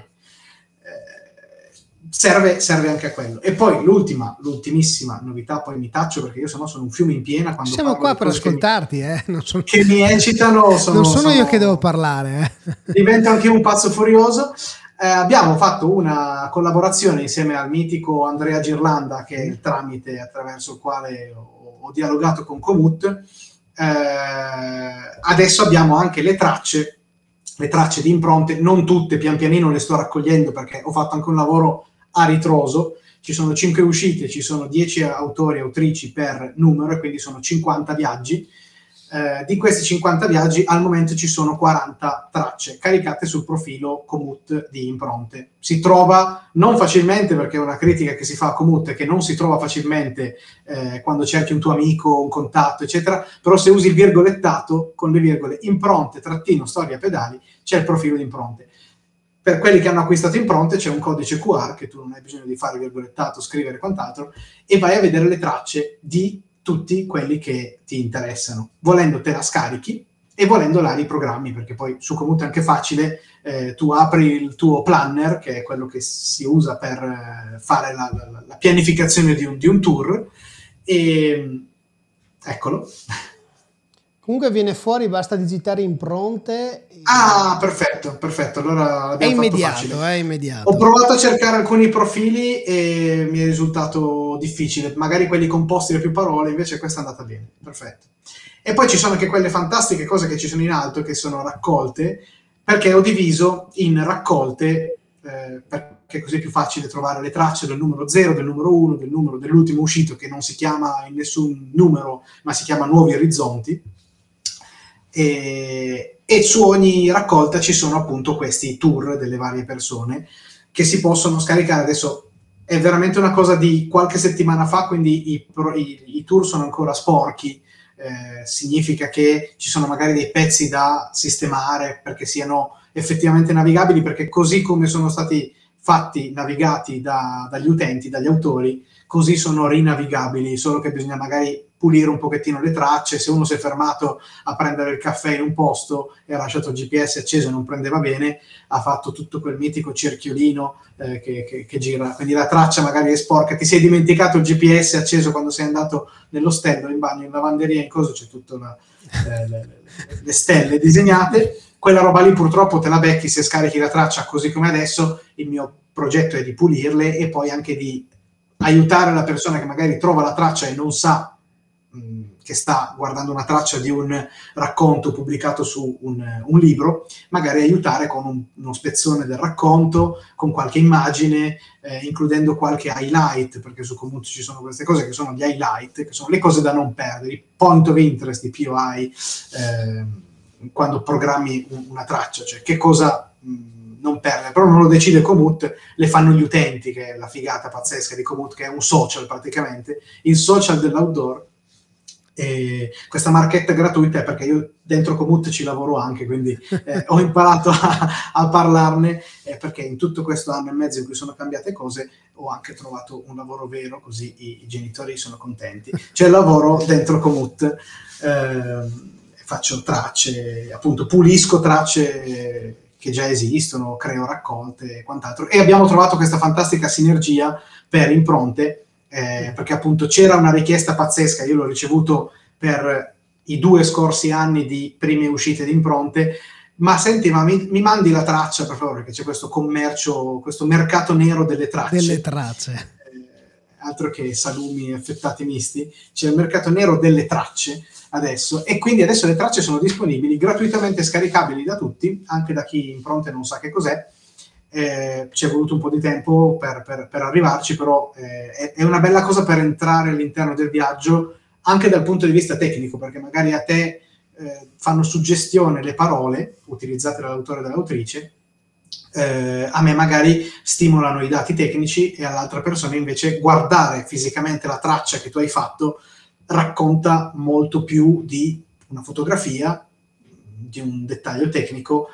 Serve, serve anche a quello. E poi l'ultima, l'ultimissima novità, poi mi taccio perché io sennò sono un fiume in piena. Quando siamo qua per ascoltarti, che mi, eh. non sono, che mi eccitano. Sono, non sono, sono io che devo sono, parlare. Eh. Divento anche un pazzo furioso. Eh, abbiamo fatto una collaborazione insieme al mitico Andrea Girlanda, che è il tramite attraverso il quale ho, ho dialogato con Komoot. Eh, adesso abbiamo anche le tracce, le tracce di impronte, non tutte, pian pianino le sto raccogliendo perché ho fatto anche un lavoro a ritroso. Ci sono cinque uscite, ci sono dieci autori e autrici per numero e quindi sono cinquanta viaggi, Eh, di questi cinquanta viaggi al momento ci sono quaranta tracce caricate sul profilo Komoot di Impronte. Si trova non facilmente, perché è una critica che si fa a Komoot è che non si trova facilmente eh, quando cerchi un tuo amico, un contatto eccetera, però se usi il virgolettato con le virgole Impronte trattino storia pedali c'è il profilo di Impronte. Per quelli che hanno acquistato Impronte c'è un codice Q R che tu non hai bisogno di fare virgolettato, scrivere quant'altro, e vai a vedere le tracce di tutti quelli che ti interessano. Volendo te la scarichi e volendo la riprogrammi, perché poi su Komoot è anche facile, eh, tu apri il tuo planner, che è quello che si usa per eh, fare la, la, la pianificazione di un, di un tour, e eccolo. Comunque viene fuori, basta digitare Impronte. Ah, perfetto, perfetto. Allora È l'abbiamo fatto immediato, facile. è immediato. Ho provato a cercare alcuni profili e mi è risultato difficile. Magari quelli composti da più parole, invece questa è andata bene. Perfetto. E poi ci sono anche quelle fantastiche cose che ci sono in alto, che sono raccolte, perché ho diviso in raccolte, eh, perché è così più facile trovare le tracce del numero zero, del numero uno, del numero dell'ultimo uscito, che non si chiama in nessun numero, ma si chiama Nuovi Orizzonti. E, e su ogni raccolta ci sono appunto questi tour delle varie persone che si possono scaricare. Adesso è veramente una cosa di qualche settimana fa, quindi i, i, i tour sono ancora sporchi, eh, significa che ci sono magari dei pezzi da sistemare perché siano effettivamente navigabili, perché così come sono stati fatti, navigati da, dagli utenti, dagli autori, così sono rinavigabili, solo che bisogna magari pulire un pochettino le tracce. Se uno si è fermato a prendere il caffè in un posto e ha lasciato il G P S acceso e non prendeva bene, ha fatto tutto quel mitico cerchiolino eh, che, che, che gira, quindi la traccia magari è sporca, ti sei dimenticato il G P S acceso quando sei andato nell'ostello, in bagno, in lavanderia, in cosa c'è tutte eh, le, le stelle disegnate. Quella roba lì purtroppo te la becchi se scarichi la traccia così come adesso. Il mio progetto è di pulirle e poi anche di aiutare la persona che magari trova la traccia e non sa mh, che sta guardando una traccia di un racconto pubblicato su un, un libro, magari aiutare con un, uno spezzone del racconto, con qualche immagine, eh, includendo qualche highlight, perché su Komoot ci sono queste cose che sono gli highlight, che sono le cose da non perdere, i point of interest, i P O I, eh, quando programmi un, una traccia, cioè che cosa mh, non perdere, però non lo decide Komoot, le fanno gli utenti, che è la figata pazzesca di Komoot, che è un social praticamente, il social dell'outdoor. E questa marchetta gratuita è perché io dentro Komoot ci lavoro anche, quindi eh, ho imparato a, a parlarne, eh, perché in tutto questo anno e mezzo in cui sono cambiate cose ho anche trovato un lavoro vero, così i, i genitori sono contenti. C'è il lavoro dentro Komoot, eh, faccio tracce, appunto pulisco tracce che già esistono, creo raccolte e quant'altro, e abbiamo trovato questa fantastica sinergia per Impronte, eh, perché appunto c'era una richiesta pazzesca, io l'ho ricevuto per i due scorsi anni di prime uscite di Impronte, ma senti, ma mi, mi mandi la traccia per favore, perché c'è questo commercio, questo mercato nero delle tracce. Delle tracce. Eh, altro che salumi e affettati misti, c'è il mercato nero delle tracce adesso, e quindi adesso le tracce sono disponibili, gratuitamente scaricabili da tutti, anche da chi Impronte non sa che cos'è. Eh, ci è voluto un po' di tempo per, per, per arrivarci, però eh, è, è una bella cosa per entrare all'interno del viaggio, anche dal punto di vista tecnico, perché magari a te eh, fanno suggestione le parole utilizzate dall'autore e dall'autrice, eh, a me magari stimolano i dati tecnici, e all'altra persona invece guardare fisicamente la traccia che tu hai fatto racconta molto più di una fotografia, di un dettaglio tecnico,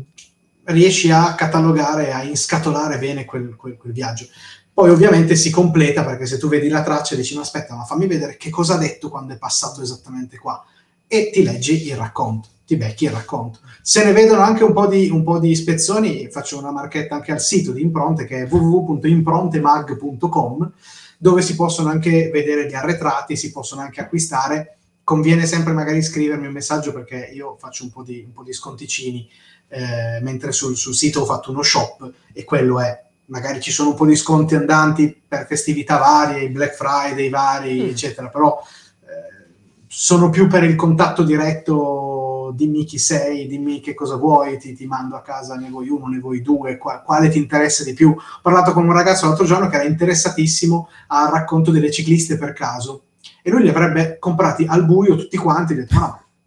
riesci a catalogare, a inscatolare bene quel, quel, quel viaggio. Poi ovviamente si completa, perché se tu vedi la traccia e dici ma aspetta, ma fammi vedere che cosa ha detto quando è passato esattamente qua, e ti leggi il racconto, ti becchi il racconto. Se ne vedono anche un po' di, un po' di spezzoni, faccio una marchetta anche al sito di Impronte, che è w w w punto improntemag punto com, dove si possono anche vedere gli arretrati, si possono anche acquistare. Conviene sempre magari scrivermi un messaggio, perché io faccio un po' di, un po' di sconticini, eh, mentre sul, sul sito ho fatto uno shop, e quello è, magari ci sono un po' di sconti andanti per festività varie, i Black Friday vari, mm. eccetera, però eh, sono più per il contatto diretto. Dimmi chi sei, dimmi che cosa vuoi, ti, ti mando a casa, ne vuoi uno, ne vuoi due, qua, quale ti interessa di più. Ho parlato con un ragazzo l'altro giorno che era interessatissimo al racconto delle cicliste per caso, e lui li avrebbe comprati al buio tutti quanti, e ho detto ma no,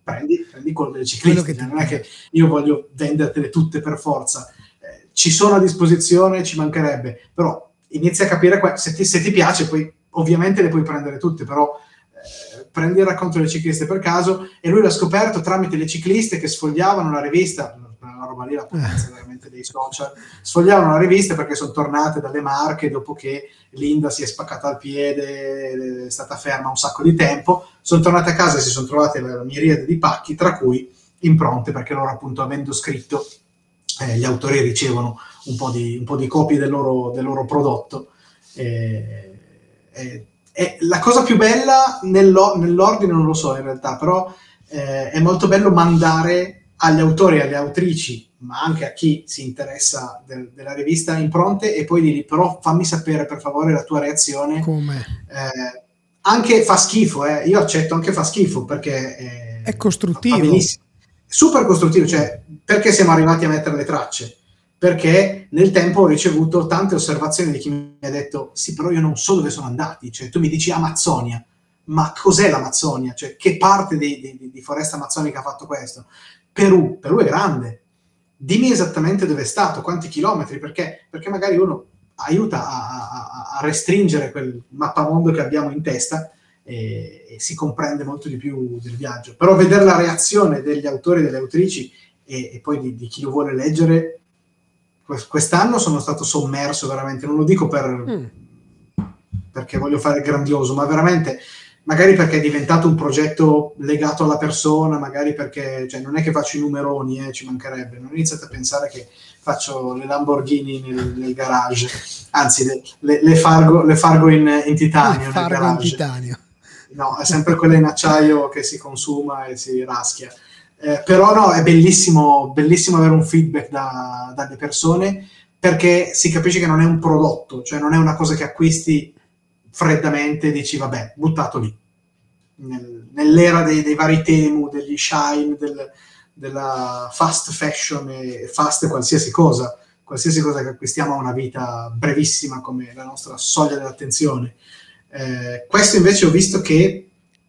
prendi, prendi quello delle Quello cicliste, che ti non è che io voglio vendertele tutte per forza, eh, ci sono a disposizione, ci mancherebbe, però inizi a capire que- se, ti, se ti piace, poi ovviamente le puoi prendere tutte, però eh, prendi il racconto delle cicliste per caso, e lui l'ha scoperto tramite le cicliste che sfogliavano la rivista, la roba lì, la potenza veramente dei social, sfogliavano la rivista perché sono tornate dalle Marche dopo che Linda si è spaccata al piede, è stata ferma un sacco di tempo, sono tornate a casa e si sono trovate la miriade di pacchi, tra cui impronte, perché loro appunto avendo scritto, eh, gli autori ricevono un po' di, un po' di copie del loro, del loro prodotto. Eh, eh, eh, la cosa più bella nello, nell'ordine non lo so in realtà, però eh, è molto bello mandare agli autori e alle autrici, ma anche a chi si interessa del, della rivista, impronte, e poi dirgli però fammi sapere per favore la tua reazione. Come? Eh, anche fa schifo, eh. Io accetto anche fa schifo perché eh, È costruttivo. fa benissimo, super costruttivo, cioè perché siamo arrivati a mettere le tracce? Perché nel tempo ho ricevuto tante osservazioni di chi mi ha detto sì, però io non so dove sono andati, cioè tu mi dici Amazzonia, ma cos'è l'Amazzonia? Cioè che parte di, di, di foresta amazzonica ha fatto questo? Perù, Perù è grande, dimmi esattamente dove è stato, quanti chilometri, perché, perché magari uno aiuta a, a, a restringere quel mappamondo che abbiamo in testa e, e si comprende molto di più del viaggio. Però vedere la reazione degli autori e delle autrici e, e poi di, di chi lo vuole leggere, quest'anno sono stato sommerso veramente, non lo dico per, mm. perché voglio fare il grandioso, ma veramente magari perché è diventato un progetto legato alla persona, magari perché cioè, non è che faccio i numeroni, eh, ci mancherebbe, non iniziate a pensare che faccio le Lamborghini nel, nel garage, anzi le, le, le, fargo, le fargo in, in titanio nel fargo garage. In titanio. No, è sempre quella in acciaio che si consuma e si raschia. Eh, però no, è bellissimo, bellissimo avere un feedback da, dalle persone, perché si capisce che non è un prodotto, cioè non è una cosa che acquisti freddamente e dici vabbè, buttato lì. Nel, nell'era dei, dei vari Temu, degli Shine, del, della fast fashion e fast qualsiasi cosa, qualsiasi cosa che acquistiamo ha una vita brevissima come la nostra soglia dell'attenzione. Eh, questo invece ho visto che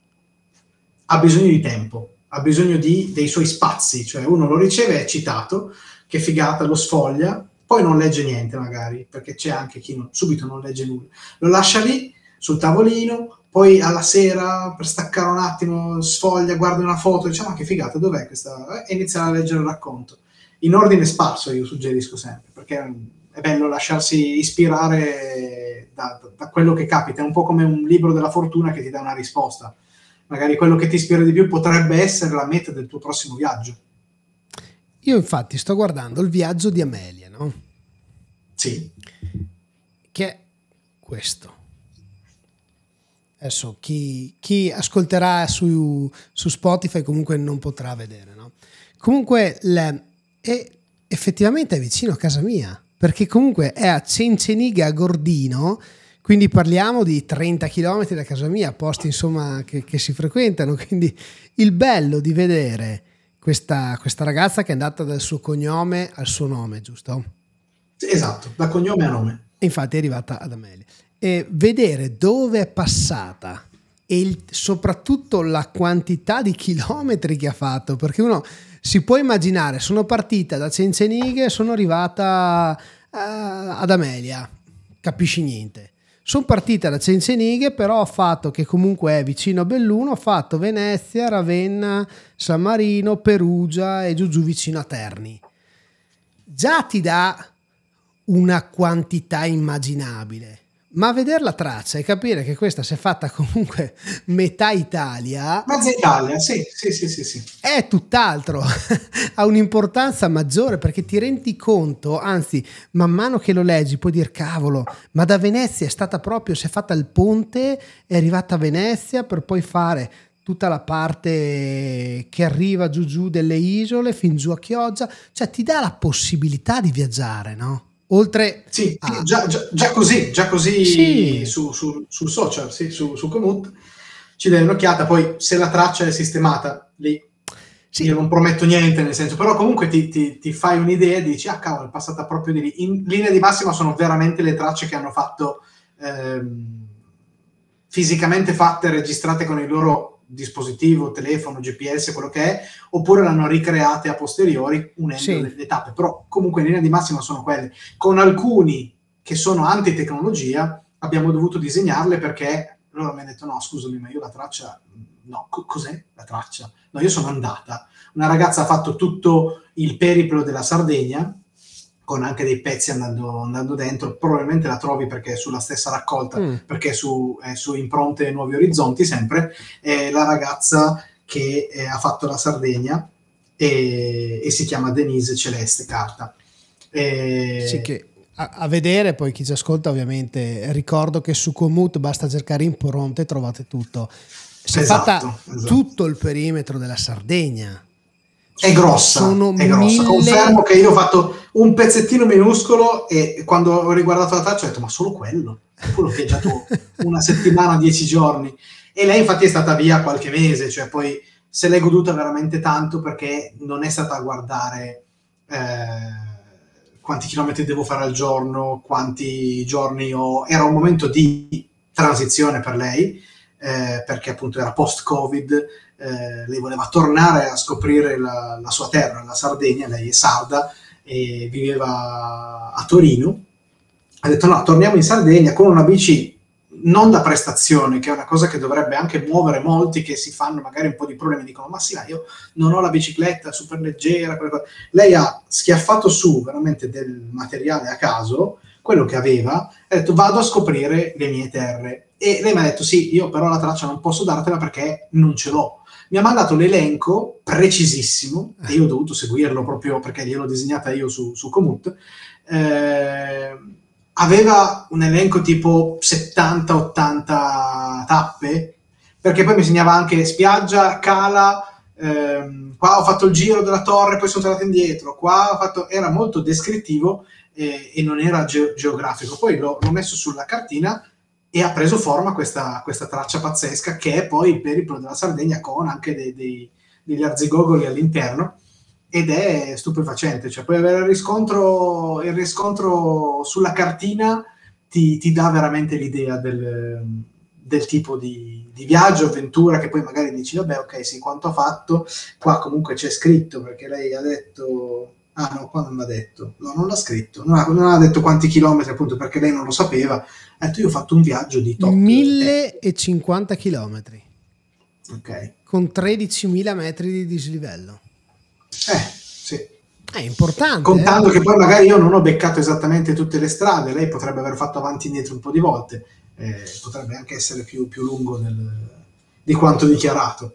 ha bisogno di tempo, ha bisogno di, dei suoi spazi, cioè uno lo riceve, è eccitato, che figata, lo sfoglia, poi non legge niente magari, perché c'è anche chi non, subito non legge nulla, lo lascia lì sul tavolino, poi alla sera per staccare un attimo sfoglia, guarda una foto, dice ma che figata, dov'è questa? E inizia a leggere il racconto in ordine sparso, io suggerisco sempre, perché è bello lasciarsi ispirare da, da quello che capita, è un po' come un libro della fortuna che ti dà una risposta, magari quello che ti ispira di più potrebbe essere la meta del tuo prossimo viaggio. Io infatti sto guardando il viaggio di Amelia, no? Sì. Che è questo. Adesso chi, chi ascolterà su, su Spotify comunque non potrà vedere, no? Comunque le, è, effettivamente è vicino a casa mia, perché comunque è a Cenceniga a Gordino, quindi parliamo di trenta chilometri da casa mia, posti insomma che, che si frequentano, quindi il bello di vedere questa, questa ragazza che è andata dal suo cognome al suo nome, giusto? Esatto, da cognome a nome. Infatti è arrivata ad Amelia. E vedere dove è passata e il, soprattutto la quantità di chilometri che ha fatto, perché uno si può immaginare, sono partita da Cenceniga e sono arrivata uh, ad Amelia, capisci niente. Sono partita da Cenceniga, però ho fatto, che comunque è vicino a Belluno, ho fatto Venezia, Ravenna, San Marino, Perugia e giù giù vicino a Terni. Già ti dà una quantità immaginabile, ma vedere la traccia e capire che questa si è fatta comunque metà Italia, mezza Italia, sì, sì, sì, sì, sì. è tutt'altro, ha un'importanza maggiore, perché ti rendi conto, anzi man mano che lo leggi puoi dire cavolo, ma da Venezia è stata proprio, si è fatta il ponte, è arrivata a Venezia per poi fare tutta la parte che arriva giù giù delle isole fin giù a Chioggia, cioè ti dà la possibilità di viaggiare, no? Oltre sì, a... sì già, già, già così, già così sì. su, su, sul social, sì, su, su Komoot ci dai un'occhiata, poi se la traccia è sistemata lì, sì. Io non prometto niente, nel senso, però comunque ti, ti, ti fai un'idea e dici ah cavolo, è passata proprio di lì. In linea di massima sono veramente le tracce che hanno fatto ehm, fisicamente fatte, registrate con i loro dispositivo, telefono, G P S, quello che è, oppure l'hanno ricreate a posteriori unendo Sì. le, le tappe, però comunque in linea di massima sono quelle. Con alcuni che sono antitecnologia abbiamo dovuto disegnarle perché loro mi hanno detto no scusami ma io la traccia, no, co- cos'è la traccia? No, io sono andata, una ragazza ha fatto tutto il periplo della Sardegna con anche dei pezzi andando, andando dentro, probabilmente la trovi perché è sulla stessa raccolta, Mm. perché è su, è su Impronte Nuovi Orizzonti sempre, è la ragazza che eh, ha fatto la Sardegna e, e si chiama Denise Celeste Carta. E... Sì, che a, a vedere, poi chi ci ascolta ovviamente, ricordo che su Komoot basta cercare Impronte e trovate tutto. Si è Esatto, fatta esatto. tutto il perimetro della Sardegna. È grossa, Sono è grossa. mille- Confermo che io ho fatto un pezzettino minuscolo e quando ho riguardato la traccia ho detto ma solo quello? Quello che è già tu una settimana, dieci giorni. E lei infatti è stata via qualche mese, cioè poi se l'è goduta veramente tanto perché non è stata a guardare eh, quanti chilometri devo fare al giorno, quanti giorni ho... Era un momento di transizione per lei, eh, perché appunto era post-Covid, eh, lei voleva tornare a scoprire la, la sua terra, la Sardegna, lei è sarda e viveva a Torino. Ha detto no, torniamo in Sardegna con una bici non da prestazione, che è una cosa che dovrebbe anche muovere molti che si fanno magari un po' di problemi, dicono ma sì, ma io non ho la bicicletta super leggera, quelle cose. Lei ha schiaffato su veramente del materiale a caso, quello che aveva, ha detto vado a scoprire le mie terre, e lei mi ha detto sì, io però la traccia non posso dartela perché non ce l'ho. Mi ha mandato l'elenco precisissimo e io ho dovuto seguirlo proprio perché gliel'ho disegnata io su, su Komoot. Eh, aveva un elenco tipo settanta ottanta tappe, perché poi mi segnava anche spiaggia, cala, ehm, qua ho fatto il giro della torre, poi sono tornato indietro, qua ho fatto... Era molto descrittivo eh, e non era ge- geografico. Poi l'ho, l'ho messo sulla cartina e ha preso forma questa, questa traccia pazzesca che è poi il periplo della Sardegna con anche dei, dei, degli arzigogoli all'interno, ed è stupefacente, cioè poi avere il riscontro, il riscontro sulla cartina ti, ti dà veramente l'idea del, del tipo di, di viaggio, avventura, che poi magari dici vabbè ok sì, quanto ha fatto, qua comunque c'è scritto perché lei ha detto... Ah no, qua non l'ha detto, no, non l'ha scritto, non ha, non ha detto quanti chilometri appunto perché lei non lo sapeva. Ha detto io ho fatto un viaggio di tot millecinquanta chilometri ok, con tredicimila metri di dislivello. eh sì, È importante. contando eh? che poi magari io non ho beccato esattamente tutte le strade, lei potrebbe aver fatto avanti e indietro un po' di volte, eh, potrebbe anche essere più, più lungo del, di quanto dichiarato.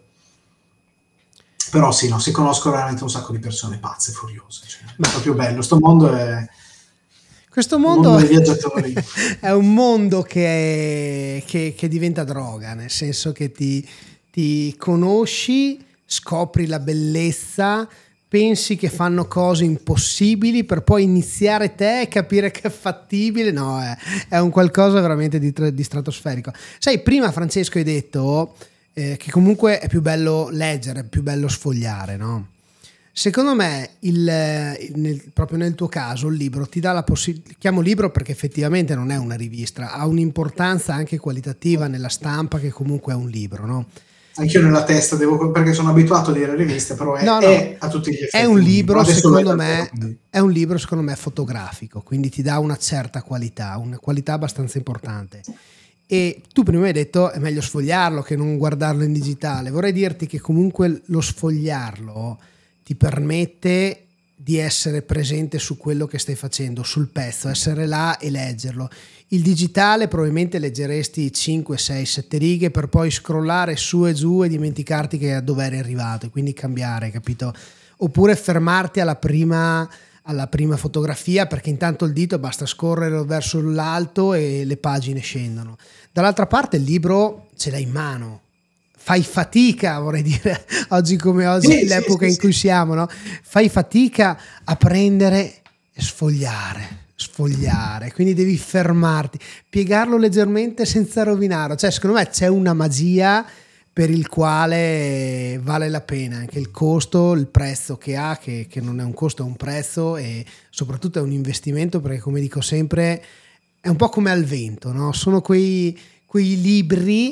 Però sì, no, si conoscono veramente un sacco di persone pazze, furiose, cioè, Ma- è proprio bello, sto mondo è Questo il mondo, mondo dei viaggiatori. è un mondo che, che, che diventa droga, nel senso che ti, ti conosci, scopri la bellezza, pensi che fanno cose impossibili per poi iniziare te e capire che è fattibile. No, è, è un qualcosa veramente di, di stratosferico. Sai, prima Francesco hai detto eh, che comunque è più bello leggere, è più bello sfogliare, no? Secondo me, il, il, nel, proprio nel tuo caso, il libro ti dà la possibilità, chiamo libro perché effettivamente non è una rivista, ha un'importanza anche qualitativa nella stampa che comunque è un libro, no? Anch'io nella testa devo, perché sono abituato a dire riviste, però è, No, no, è a tutti gli effetti è un libro, Adesso secondo lo è me, davvero, quindi. è un libro secondo me fotografico, quindi ti dà una certa qualità, una qualità abbastanza importante. E tu prima hai detto è meglio sfogliarlo che non guardarlo in digitale. Vorrei dirti che comunque lo sfogliarlo ti permette di essere presente su quello che stai facendo, sul pezzo, essere là e leggerlo. Il digitale probabilmente leggeresti cinque, sei, sette righe per poi scrollare su e giù e dimenticarti che dove eri arrivato e quindi cambiare, capito? Oppure fermarti alla prima, alla prima fotografia perché intanto il dito basta scorrere verso l'alto e le pagine scendono. Dall'altra parte il libro ce l'hai in mano. Fai fatica, vorrei dire, oggi come oggi, Sì, l'epoca sì, in sì, cui sì. siamo, no? Fai fatica a prendere e sfogliare, sfogliare, quindi devi fermarti, piegarlo leggermente senza rovinarlo. Cioè, secondo me c'è una magia per il quale vale la pena, anche il costo, il prezzo che ha, che, che non è un costo, è un prezzo e soprattutto è un investimento perché, come dico sempre, è un po' come al vento, no? Sono quei, quei libri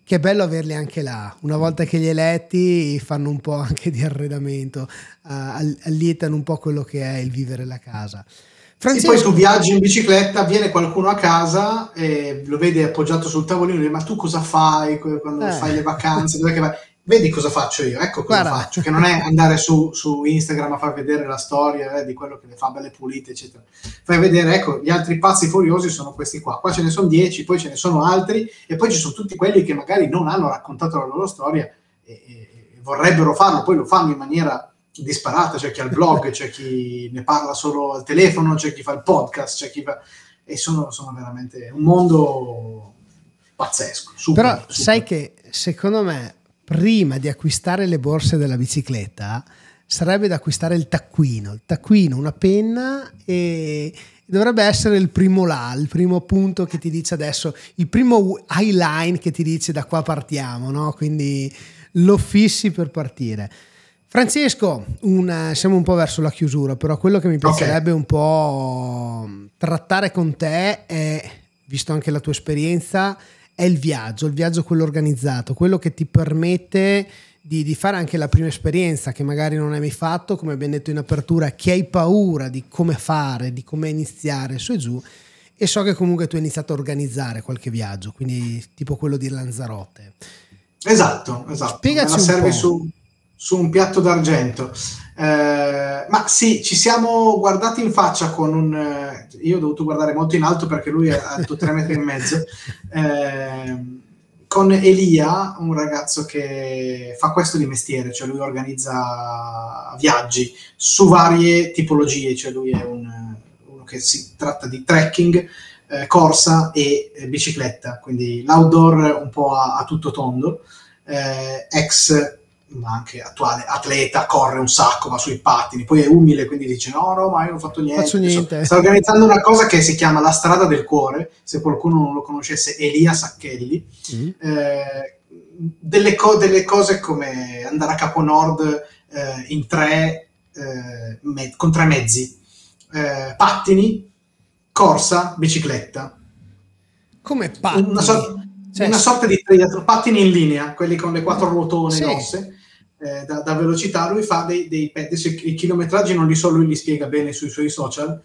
che è bello averli anche là, una volta che li hai letti fanno un po' anche di arredamento, uh, allietano un po' quello che è il vivere la casa. Francesco... Sì, poi tu viaggi in bicicletta, viene qualcuno a casa e lo vede appoggiato sul tavolino e dice: ma tu cosa fai quando eh. fai le vacanze? Dov'è che vai? Vedi cosa faccio io, ecco cosa Guarda. faccio, che non è andare su, su Instagram a far vedere la storia eh, di quello che le fa belle pulite, eccetera. Fai vedere, ecco, gli altri pazzi furiosi sono questi qua, qua ce ne sono dieci, poi ce ne sono altri, e poi ci sono tutti quelli che magari non hanno raccontato la loro storia e, e, e vorrebbero farlo, poi lo fanno in maniera disparata, c'è chi ha il blog, c'è chi ne parla solo al telefono, c'è chi fa il podcast, c'è chi fa... e sono, sono veramente un mondo pazzesco. Super, Però super. Sai che secondo me prima di acquistare le borse della bicicletta sarebbe da acquistare il taccuino, il taccuino, una penna, e dovrebbe essere il primo là, il primo punto che ti dice adesso, il primo highline che ti dice da qua partiamo, no? Quindi lo fissi per partire. Francesco, una, siamo un po' verso la chiusura, però quello che mi piacerebbe okay. un po' trattare con te è, visto anche la tua esperienza, è il viaggio, il viaggio quello organizzato, quello che ti permette di, di fare anche la prima esperienza che magari non hai mai fatto, come abbiamo detto in apertura, che hai paura di come fare, di come iniziare su e giù, e so che comunque tu hai iniziato a organizzare qualche viaggio, quindi tipo quello di Lanzarote. Esatto, esatto. Spiegaci Me la un servi po'. Su, su un piatto d'argento. Eh, ma sì, ci siamo guardati in faccia con un... Eh, io ho dovuto guardare molto in alto perché lui è alto tre metri e mezzo. Eh, con Elia, un ragazzo che fa questo di mestiere, cioè lui organizza viaggi su varie tipologie, cioè lui è un, uno che si tratta di trekking, eh, corsa e eh, bicicletta, quindi l'outdoor un po' a, a tutto tondo, eh, ex ma anche attuale atleta, corre un sacco, va sui pattini, poi è umile, quindi dice no, no, ma io non ho fatto niente. Faccio niente. Sta organizzando una cosa che si chiama La Strada del Cuore, se qualcuno non lo conoscesse, Elia Sacchelli. Mm. Eh, delle, co- delle cose come andare a Capo Nord eh, in tre, eh, me- con tre mezzi, eh, pattini, corsa, bicicletta. Come pattini? Una, so- cioè, una sorta di triathlon, pattini in linea, quelli con le quattro ruotone sì. grosse. Eh, da, da velocità, lui fa dei, dei adesso i chilometraggi non li so, lui li spiega bene sui suoi social,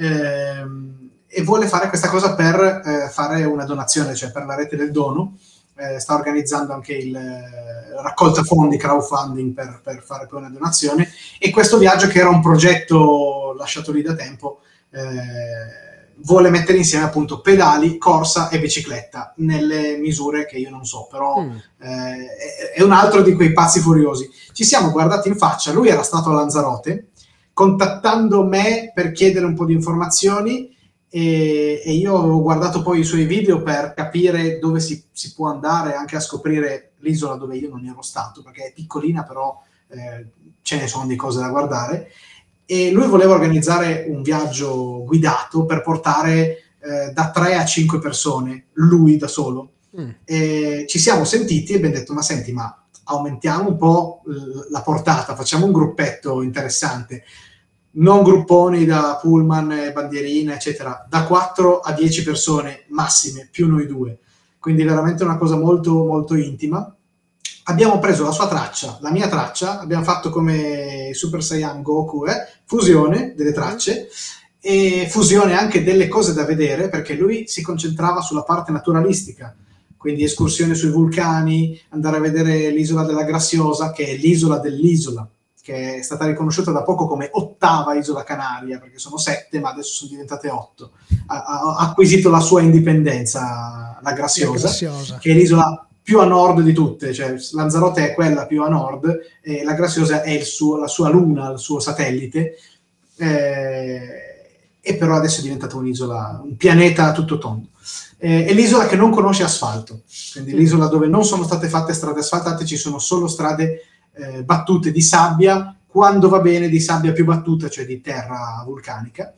ehm, e vuole fare questa cosa per eh, fare una donazione, cioè per la rete del dono. Eh, sta organizzando anche il eh, raccolta fondi, crowdfunding per, per fare poi una donazione, e questo viaggio, che era un progetto lasciato lì da tempo, eh, vuole mettere insieme appunto pedali, corsa e bicicletta nelle misure che io non so, però mm. eh, è un altro di quei pazzi furiosi. Ci siamo guardati in faccia, lui era stato a Lanzarote, contattando me per chiedere un po' di informazioni, e, e io ho guardato poi i suoi video per capire dove si, si può andare, anche a scoprire l'isola dove io non ero stato, perché è piccolina, però eh, ce ne sono di cose da guardare. E lui voleva organizzare un viaggio guidato per portare eh, da tre a cinque persone, lui da solo. Mm. E ci siamo sentiti e abbiamo detto: ma senti, ma aumentiamo un po' la portata, facciamo un gruppetto interessante, non grupponi da pullman, bandierine, eccetera, da quattro a dieci persone massime, più noi due. Quindi veramente una cosa molto, molto intima. Abbiamo preso la sua traccia, la mia traccia, abbiamo fatto come Super Saiyan Goku, eh? fusione delle tracce, e fusione anche delle cose da vedere, perché lui si concentrava sulla parte naturalistica, quindi escursioni sui vulcani, andare a vedere l'isola della Graciosa, che è l'isola dell'isola, che è stata riconosciuta da poco come ottava isola Canaria, perché sono sette, ma adesso sono diventate otto. Ha, ha acquisito la sua indipendenza, la Graciosa, Graciosa. che è l'isola più a nord di tutte, cioè Lanzarote è quella più a nord, e la Graciosa è il suo, la sua luna, il suo satellite, eh, e però adesso è diventata un'isola, un pianeta a tutto tondo. Eh, è l'isola che non conosce asfalto, quindi l'isola dove non sono state fatte strade asfaltate, ci sono solo strade eh, battute di sabbia, quando va bene di sabbia più battuta, cioè di terra vulcanica.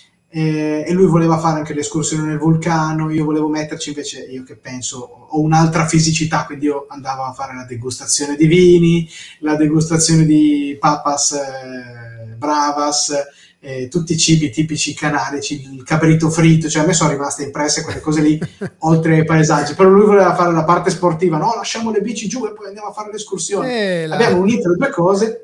Eh, e lui voleva fare anche l'escursione nel vulcano, io volevo metterci, invece io che penso ho un'altra fisicità, quindi io andavo a fare la degustazione di vini, la degustazione di papas eh, bravas, eh, tutti i cibi tipici canarici, il cabrito fritto, cioè a me sono rimaste impresse quelle cose lì, oltre ai paesaggi, però lui voleva fare la parte sportiva, no, lasciamo le bici giù e poi andiamo a fare l'escursione. Eh, la- Abbiamo unito le due cose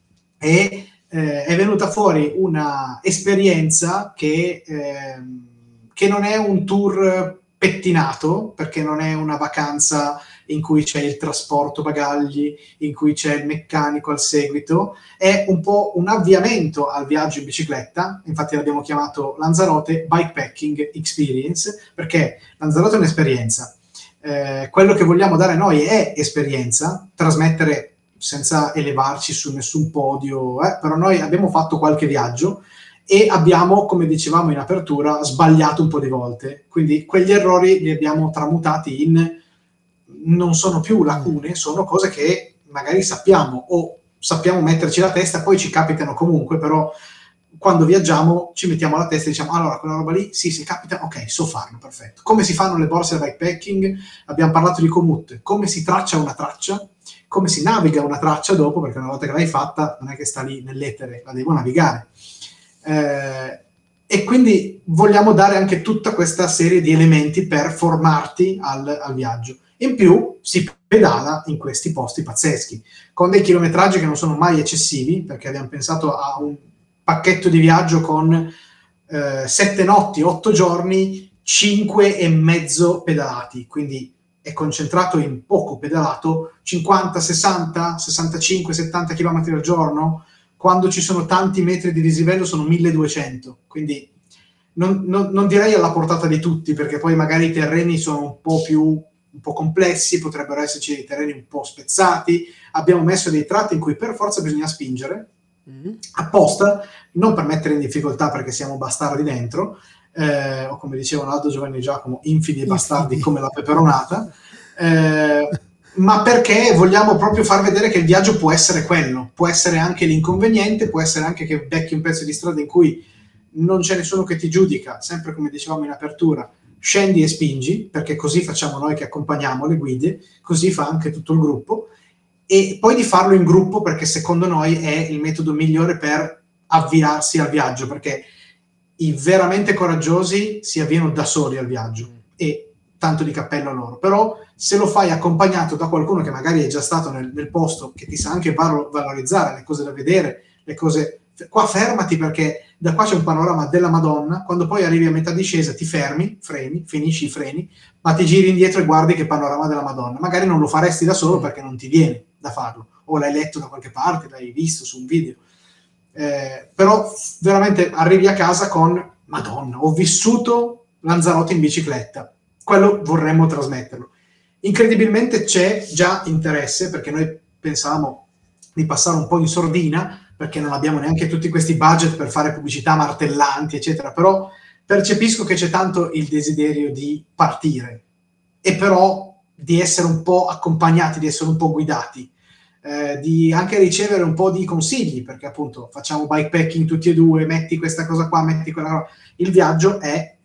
e eh, è venuta fuori una esperienza che, ehm, che non è un tour pettinato, perché non è una vacanza in cui c'è il trasporto bagagli, in cui c'è il meccanico al seguito, è un po' un avviamento al viaggio in bicicletta, infatti l'abbiamo chiamato Lanzarote Bikepacking Experience, perché Lanzarote è un'esperienza. Eh, quello che vogliamo dare noi è esperienza, trasmettere senza elevarci su nessun podio, eh, però noi abbiamo fatto qualche viaggio e abbiamo, come dicevamo in apertura, sbagliato un po' di volte, quindi quegli errori li abbiamo tramutati in, non sono più lacune, sono cose che magari sappiamo o sappiamo metterci la testa, poi ci capitano comunque, però quando viaggiamo ci mettiamo la testa e diciamo allora quella roba lì, sì, se capita, ok, so farlo, perfetto. Come si fanno le borse da bikepacking? Abbiamo parlato di Komoot, come si traccia una traccia, come si naviga una traccia dopo, perché una volta che l'hai fatta non è che sta lì nell'etere, la devo navigare. Eh, e quindi vogliamo dare anche tutta questa serie di elementi per formarti al, al viaggio. In più si pedala in questi posti pazzeschi, con dei chilometraggi che non sono mai eccessivi, perché abbiamo pensato a un pacchetto di viaggio con eh, sette notti, otto giorni, cinque e mezzo pedalati, quindi è concentrato in poco pedalato, cinquanta, sessanta, sessantacinque, settanta chilometri al giorno. Quando ci sono tanti metri di dislivello sono milleduecento, quindi non, non, non direi alla portata di tutti, perché poi magari i terreni sono un po' più un po' complessi, potrebbero esserci dei terreni un po' spezzati. Abbiamo messo dei tratti in cui per forza bisogna spingere, mm. apposta, non per mettere in difficoltà perché siamo bastardi dentro, eh, o come dicevano Aldo, Giovanni e Giacomo, infidi e bastardi come la peperonata, eh, ma perché vogliamo proprio far vedere che il viaggio può essere quello, può essere anche l'inconveniente, può essere anche che becchi un pezzo di strada in cui non c'è nessuno che ti giudica, sempre come dicevamo in apertura, scendi e spingi, perché così facciamo noi che accompagniamo le guide, così fa anche tutto il gruppo, e poi di farlo in gruppo, perché secondo noi è il metodo migliore per avviarsi al viaggio, perché i veramente coraggiosi si avviano da soli al viaggio, e tanto di cappello a loro, però se lo fai accompagnato da qualcuno che magari è già stato nel, nel posto, che ti sa anche valorizzare le cose da vedere, le cose, qua fermati perché da qua c'è un panorama della Madonna, quando poi arrivi a metà discesa ti fermi, freni, finisci i freni, ma ti giri indietro e guardi che panorama della Madonna, magari non lo faresti da solo perché non ti viene da farlo, o l'hai letto da qualche parte, l'hai visto su un video, eh, però veramente arrivi a casa con Madonna, ho vissuto Lanzarote in bicicletta, quello vorremmo trasmetterlo. Incredibilmente c'è già interesse, perché noi pensavamo di passare un po' in sordina, perché non abbiamo neanche tutti questi budget per fare pubblicità martellanti, eccetera, però percepisco che c'è tanto il desiderio di partire, e però di essere un po' accompagnati, di essere un po' guidati, eh, di anche ricevere un po' di consigli, perché appunto facciamo bikepacking tutti e due, metti questa cosa qua, metti quella cosa. Il viaggio è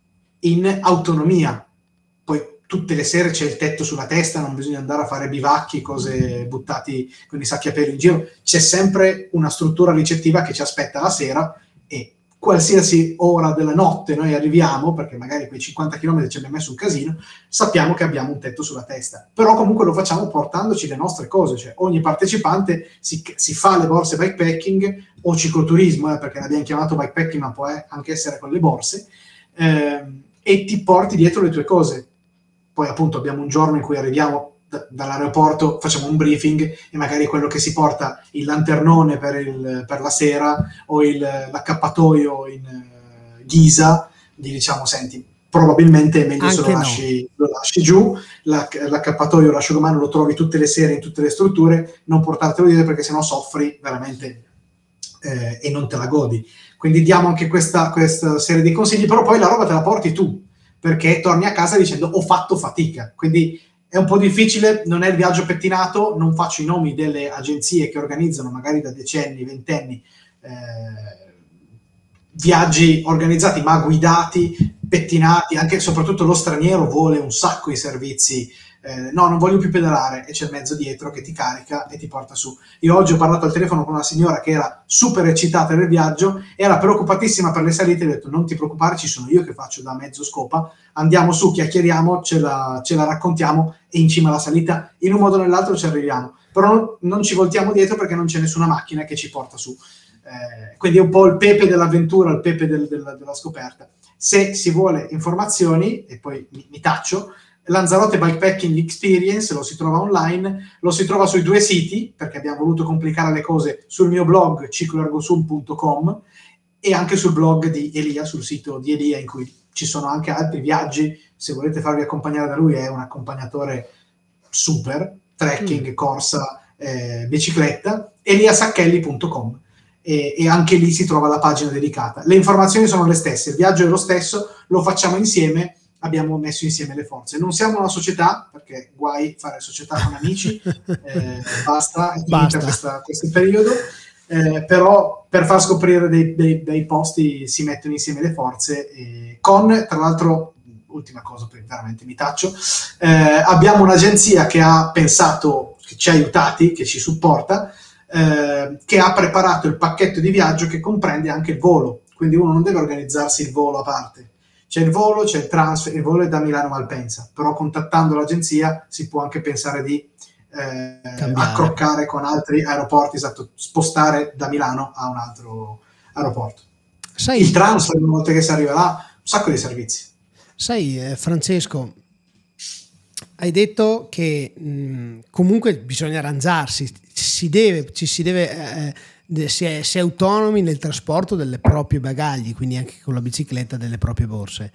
in autonomia, poi tutte le sere c'è il tetto sulla testa, non bisogna andare a fare bivacchi, cose buttati con i sacchi a pelo in giro, c'è sempre una struttura ricettiva che ci aspetta la sera, e qualsiasi ora della notte noi arriviamo, perché magari quei cinquanta chilometri ci abbiamo messo un casino, sappiamo che abbiamo un tetto sulla testa, però comunque lo facciamo portandoci le nostre cose, cioè ogni partecipante si, si fa le borse bikepacking o cicloturismo, eh, perché l'abbiamo chiamato bikepacking, ma può anche essere con le borse, eh, e ti porti dietro le tue cose. Poi appunto abbiamo un giorno in cui arriviamo d- dall'aeroporto, facciamo un briefing e magari quello che si porta il lanternone per, il, per la sera o il, l'accappatoio in uh, ghisa, gli diciamo senti, probabilmente è meglio Anche se lo lasci, no. lo lasci giù, la, l'accappatoio, l'asciugamano lo trovi tutte le sere in tutte le strutture, non portartelo dietro perché sennò soffri veramente eh, e non te la godi. Quindi diamo anche questa, questa serie di consigli, però poi la roba te la porti tu, perché torni a casa dicendo ho fatto fatica, quindi è un po' difficile, non è il viaggio pettinato, non faccio i nomi delle agenzie che organizzano magari da decenni, ventenni eh, viaggi organizzati ma guidati, pettinati, anche e soprattutto lo straniero vuole un sacco i servizi eh, no, non voglio più pedalare, e c'è il mezzo dietro che ti carica e ti porta su. Io oggi ho parlato al telefono con una signora che era super eccitata del viaggio, era preoccupatissima per le salite, e ho detto non ti preoccupare, ci sono io che faccio da mezzo scopa, andiamo su, chiacchieriamo, ce la, ce la raccontiamo e in cima alla salita in un modo o nell'altro ci arriviamo, però non, non ci voltiamo dietro perché non c'è nessuna macchina che ci porta su. Eh, quindi è un po' il pepe dell'avventura, il pepe del, del, della scoperta. Se si vuole informazioni, e poi mi, mi taccio, Lanzarote Bikepacking Experience lo si trova online, lo si trova sui due siti, perché abbiamo voluto complicare le cose, sul mio blog ciclo ergo sum punto com e anche sul blog di Elia, sul sito di Elia, in cui ci sono anche altri viaggi. Se volete farvi accompagnare da lui, è un accompagnatore super, trekking, mm. corsa, eh, bicicletta, elia sacchelli punto com. E, e anche lì si trova la pagina dedicata. Le informazioni sono le stesse, il viaggio è lo stesso, lo facciamo insieme, abbiamo messo insieme le forze. Non siamo una società, perché guai fare società con amici, eh, basta, è finita questa, questo periodo, eh, però per far scoprire dei, dei, dei posti si mettono insieme le forze, eh, con, tra l'altro, ultima cosa, perché veramente mi taccio, eh, abbiamo un'agenzia che ha pensato, che ci ha aiutati, che ci supporta, eh, che ha preparato il pacchetto di viaggio che comprende anche il volo, quindi uno non deve organizzarsi il volo a parte. C'è il volo, c'è il transfer, il volo è da Milano a Malpensa, però contattando l'agenzia si può anche pensare di eh, accroccare con altri aeroporti, esatto, spostare da Milano a un altro aeroporto. Sai, il transfer, una volta che si arriva là, un sacco di servizi. Sai, eh, Francesco, hai detto che mh, comunque bisogna arrangiarsi, si deve, ci si deve... Eh, Si è, si è autonomi nel trasporto delle proprie bagagli, quindi anche con la bicicletta delle proprie borse,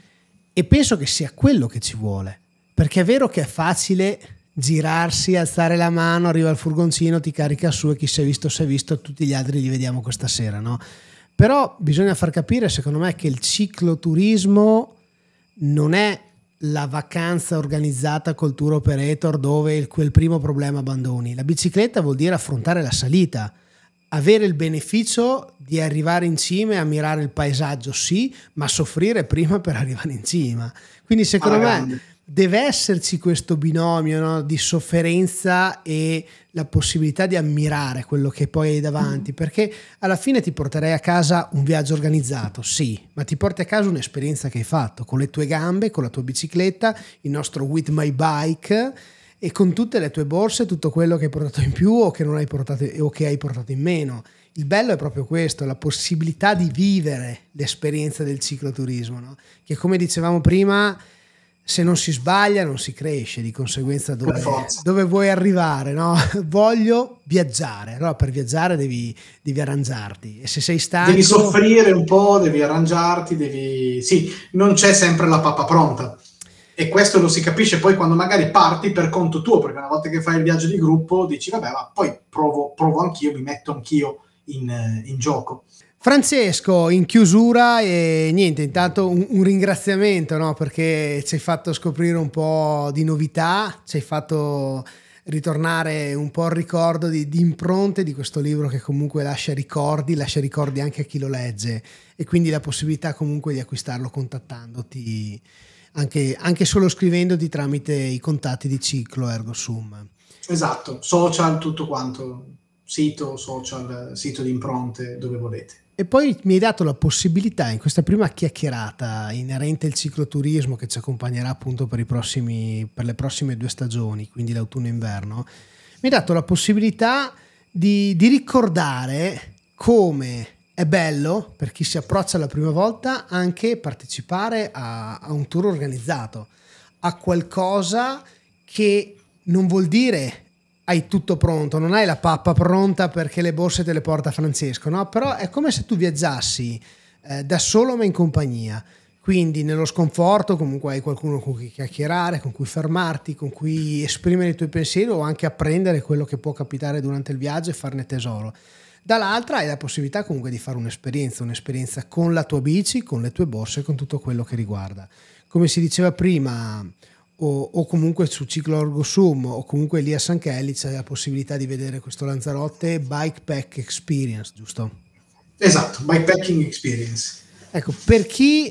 e penso che sia quello che ci vuole, perché è vero che è facile girarsi, alzare la mano, arriva il furgoncino, ti carica su e chi si è visto si è visto, tutti gli altri li vediamo questa sera, no? Però bisogna far capire, secondo me, che il cicloturismo non è la vacanza organizzata col tour operator dove quel primo problema abbandoni. La bicicletta vuol dire affrontare la salita, avere il beneficio di arrivare in cima e ammirare il paesaggio, sì, ma soffrire prima per arrivare in cima. Quindi secondo me grande. Deve esserci questo binomio, no, di sofferenza e la possibilità di ammirare quello che poi hai davanti, mm. perché alla fine ti porterei a casa un viaggio organizzato, sì, ma ti porti a casa un'esperienza che hai fatto con le tue gambe, con la tua bicicletta, il nostro With My Bike, e con tutte le tue borse, tutto quello che hai portato in più o che non hai portato o che hai portato in meno. Il bello è proprio questo, la possibilità di vivere l'esperienza del cicloturismo, no? Che, come dicevamo prima, se non si sbaglia non si cresce, di conseguenza dove, dove vuoi arrivare, no? Voglio viaggiare, allora per viaggiare devi, devi arrangiarti, e se sei stanco devi soffrire un po', devi arrangiarti, devi... sì, non c'è sempre la pappa pronta. E questo lo si capisce poi quando magari parti per conto tuo, perché una volta che fai il viaggio di gruppo dici vabbè, ma poi provo, provo anch'io, mi metto anch'io in, in gioco. Francesco, in chiusura, e niente, intanto un, un ringraziamento, no? Perché ci hai fatto scoprire un po' di novità, ci hai fatto ritornare un po' al ricordo di, di impronte di questo libro che comunque lascia ricordi, lascia ricordi anche a chi lo legge, e quindi la possibilità comunque di acquistarlo contattandoti, Anche, anche solo scrivendoti tramite i contatti di Ciclo Ergo Sum. Esatto, social, tutto quanto, sito, social, sito di impronte, dove volete. E poi mi hai dato la possibilità, in questa prima chiacchierata inerente al cicloturismo che ci accompagnerà appunto per i prossimi, per le prossime due stagioni, quindi l'autunno e inverno, mi hai dato la possibilità di, di ricordare come è bello, per chi si approccia la prima volta, anche partecipare a, a un tour organizzato, a qualcosa che non vuol dire hai tutto pronto, non hai la pappa pronta perché le borse te le porta Francesco, no? Però è come se tu viaggiassi eh, da solo ma in compagnia, quindi nello sconforto comunque hai qualcuno con cui chiacchierare, con cui fermarti, con cui esprimere i tuoi pensieri o anche apprendere quello che può capitare durante il viaggio e farne tesoro. Dall'altra hai la possibilità comunque di fare un'esperienza, un'esperienza con la tua bici, con le tue borse, con tutto quello che riguarda. Come si diceva prima, o, o comunque su Ciclo Ergo Sum, o comunque lì a Sanchelli c'è la possibilità di vedere questo Lanzarote Bikepack Experience, giusto? Esatto, Bikepacking Experience. Ecco, per chi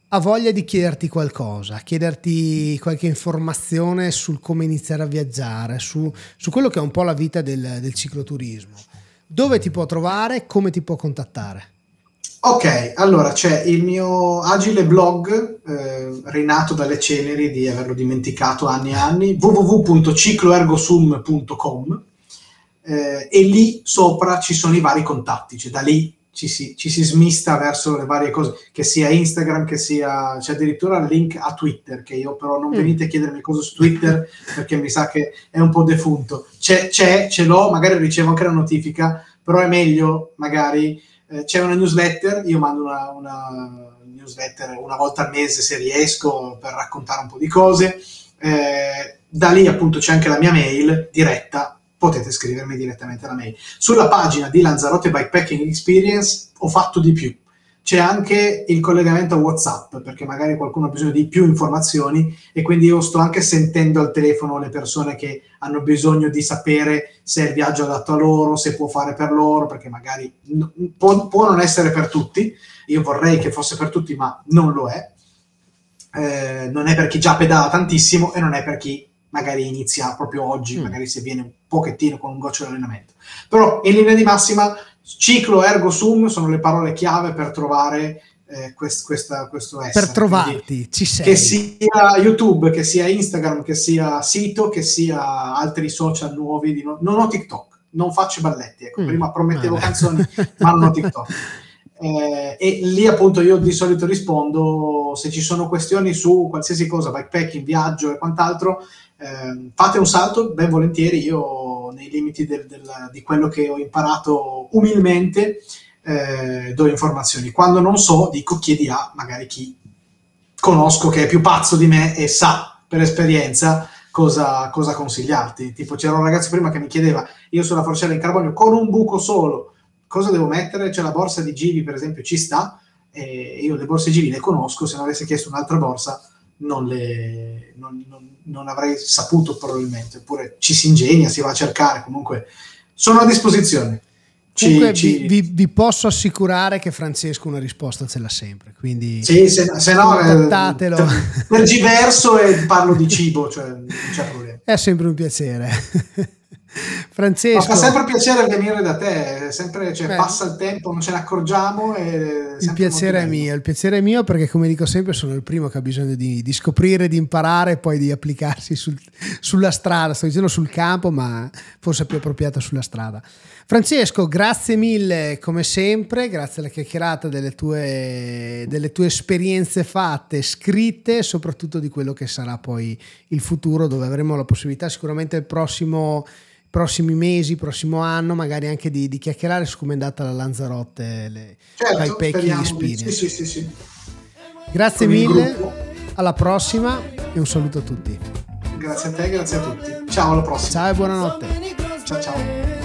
ha voglia di chiederti qualcosa, chiederti qualche informazione sul come iniziare a viaggiare, su, su quello che è un po' la vita del, del cicloturismo, dove ti può trovare, come ti può contattare? Ok, allora c'è il mio agile blog, eh, rinato dalle ceneri di averlo dimenticato anni e anni, w w w punto cicloergosum punto com, eh, e lì sopra ci sono i vari contatti, cioè da lì ci si, ci si smista verso le varie cose, che sia Instagram, che sia, c'è addirittura il link a Twitter, che io però non venite a chiedermi cose su Twitter perché mi sa che è un po' defunto. C'è, c'è, ce l'ho, magari ricevo anche la notifica, però è meglio magari, eh, c'è una newsletter, io mando una, una newsletter una volta al mese se riesco, per raccontare un po' di cose, eh, da lì appunto c'è anche la mia mail diretta, potete scrivermi direttamente alla mail. Sulla pagina di Lanzarote Bikepacking Experience ho fatto di più. C'è anche il collegamento a WhatsApp, perché magari qualcuno ha bisogno di più informazioni e quindi io sto anche sentendo al telefono le persone che hanno bisogno di sapere se è il viaggio adatto a loro, se può fare per loro, perché magari n- può, può non essere per tutti. Io vorrei che fosse per tutti, ma non lo è. Eh, non è per chi già pedala tantissimo e non è per chi magari inizia proprio oggi, mm. magari se viene un pochettino con un goccio di allenamento. Però in linea di massima ciclo ergo sum sono le parole chiave per trovare eh, quest, questa, questo essere. Per trovarti, quindi, ci sei. Che sia YouTube, che sia Instagram, che sia sito, che sia altri social nuovi. Di no- non ho TikTok, non faccio balletti. Ecco, mm. prima promettevo Vabbè. canzoni, ma non ho TikTok. Eh, e lì appunto io di solito rispondo se ci sono questioni su qualsiasi cosa, bikepacking, viaggio e quant'altro. Eh, fate un salto, ben volentieri, io nei limiti del, del, di quello che ho imparato umilmente eh, do informazioni. Quando non so dico chiedi a magari chi conosco che è più pazzo di me e sa per esperienza cosa, cosa consigliarti. Tipo c'era un ragazzo prima che mi chiedeva, io sulla forcella in carbonio con un buco solo cosa devo mettere? C'è la borsa di Givi per esempio, ci sta, e io le borse Givi le conosco, se non avessi chiesto un'altra borsa non, le, non, non, non avrei saputo probabilmente, oppure ci si ingegna, si va a cercare, comunque sono a disposizione. Ci, Comunque ci... Vi, vi, vi posso assicurare che Francesco una risposta ce l'ha sempre, quindi sì, se, se no contattatelo. Eh, tergiverso e parlo di cibo, cioè non c'è problema. È sempre un piacere. Francesco, ma fa sempre piacere venire da te, sempre, cioè, Beh, passa il tempo, non ce ne accorgiamo e il piacere è mio, il piacere è mio perché come dico sempre sono il primo che ha bisogno di, di scoprire, di imparare e poi di applicarsi sul, sulla strada, sto dicendo sul campo ma forse è più appropriato sulla strada. Francesco, grazie mille come sempre, grazie alla chiacchierata delle tue, delle tue esperienze fatte, scritte, soprattutto di quello che sarà poi il futuro, dove avremo la possibilità sicuramente il prossimo prossimi mesi, prossimo anno, magari anche di, di chiacchierare su come è andata la Lanzarote, le certo, Bikepacking Experience. Sì, sì, sì, sì. Grazie Con mille, alla prossima e un saluto a tutti. Grazie a te, grazie a tutti. Ciao, alla prossima. Ciao e buonanotte. Ciao, ciao.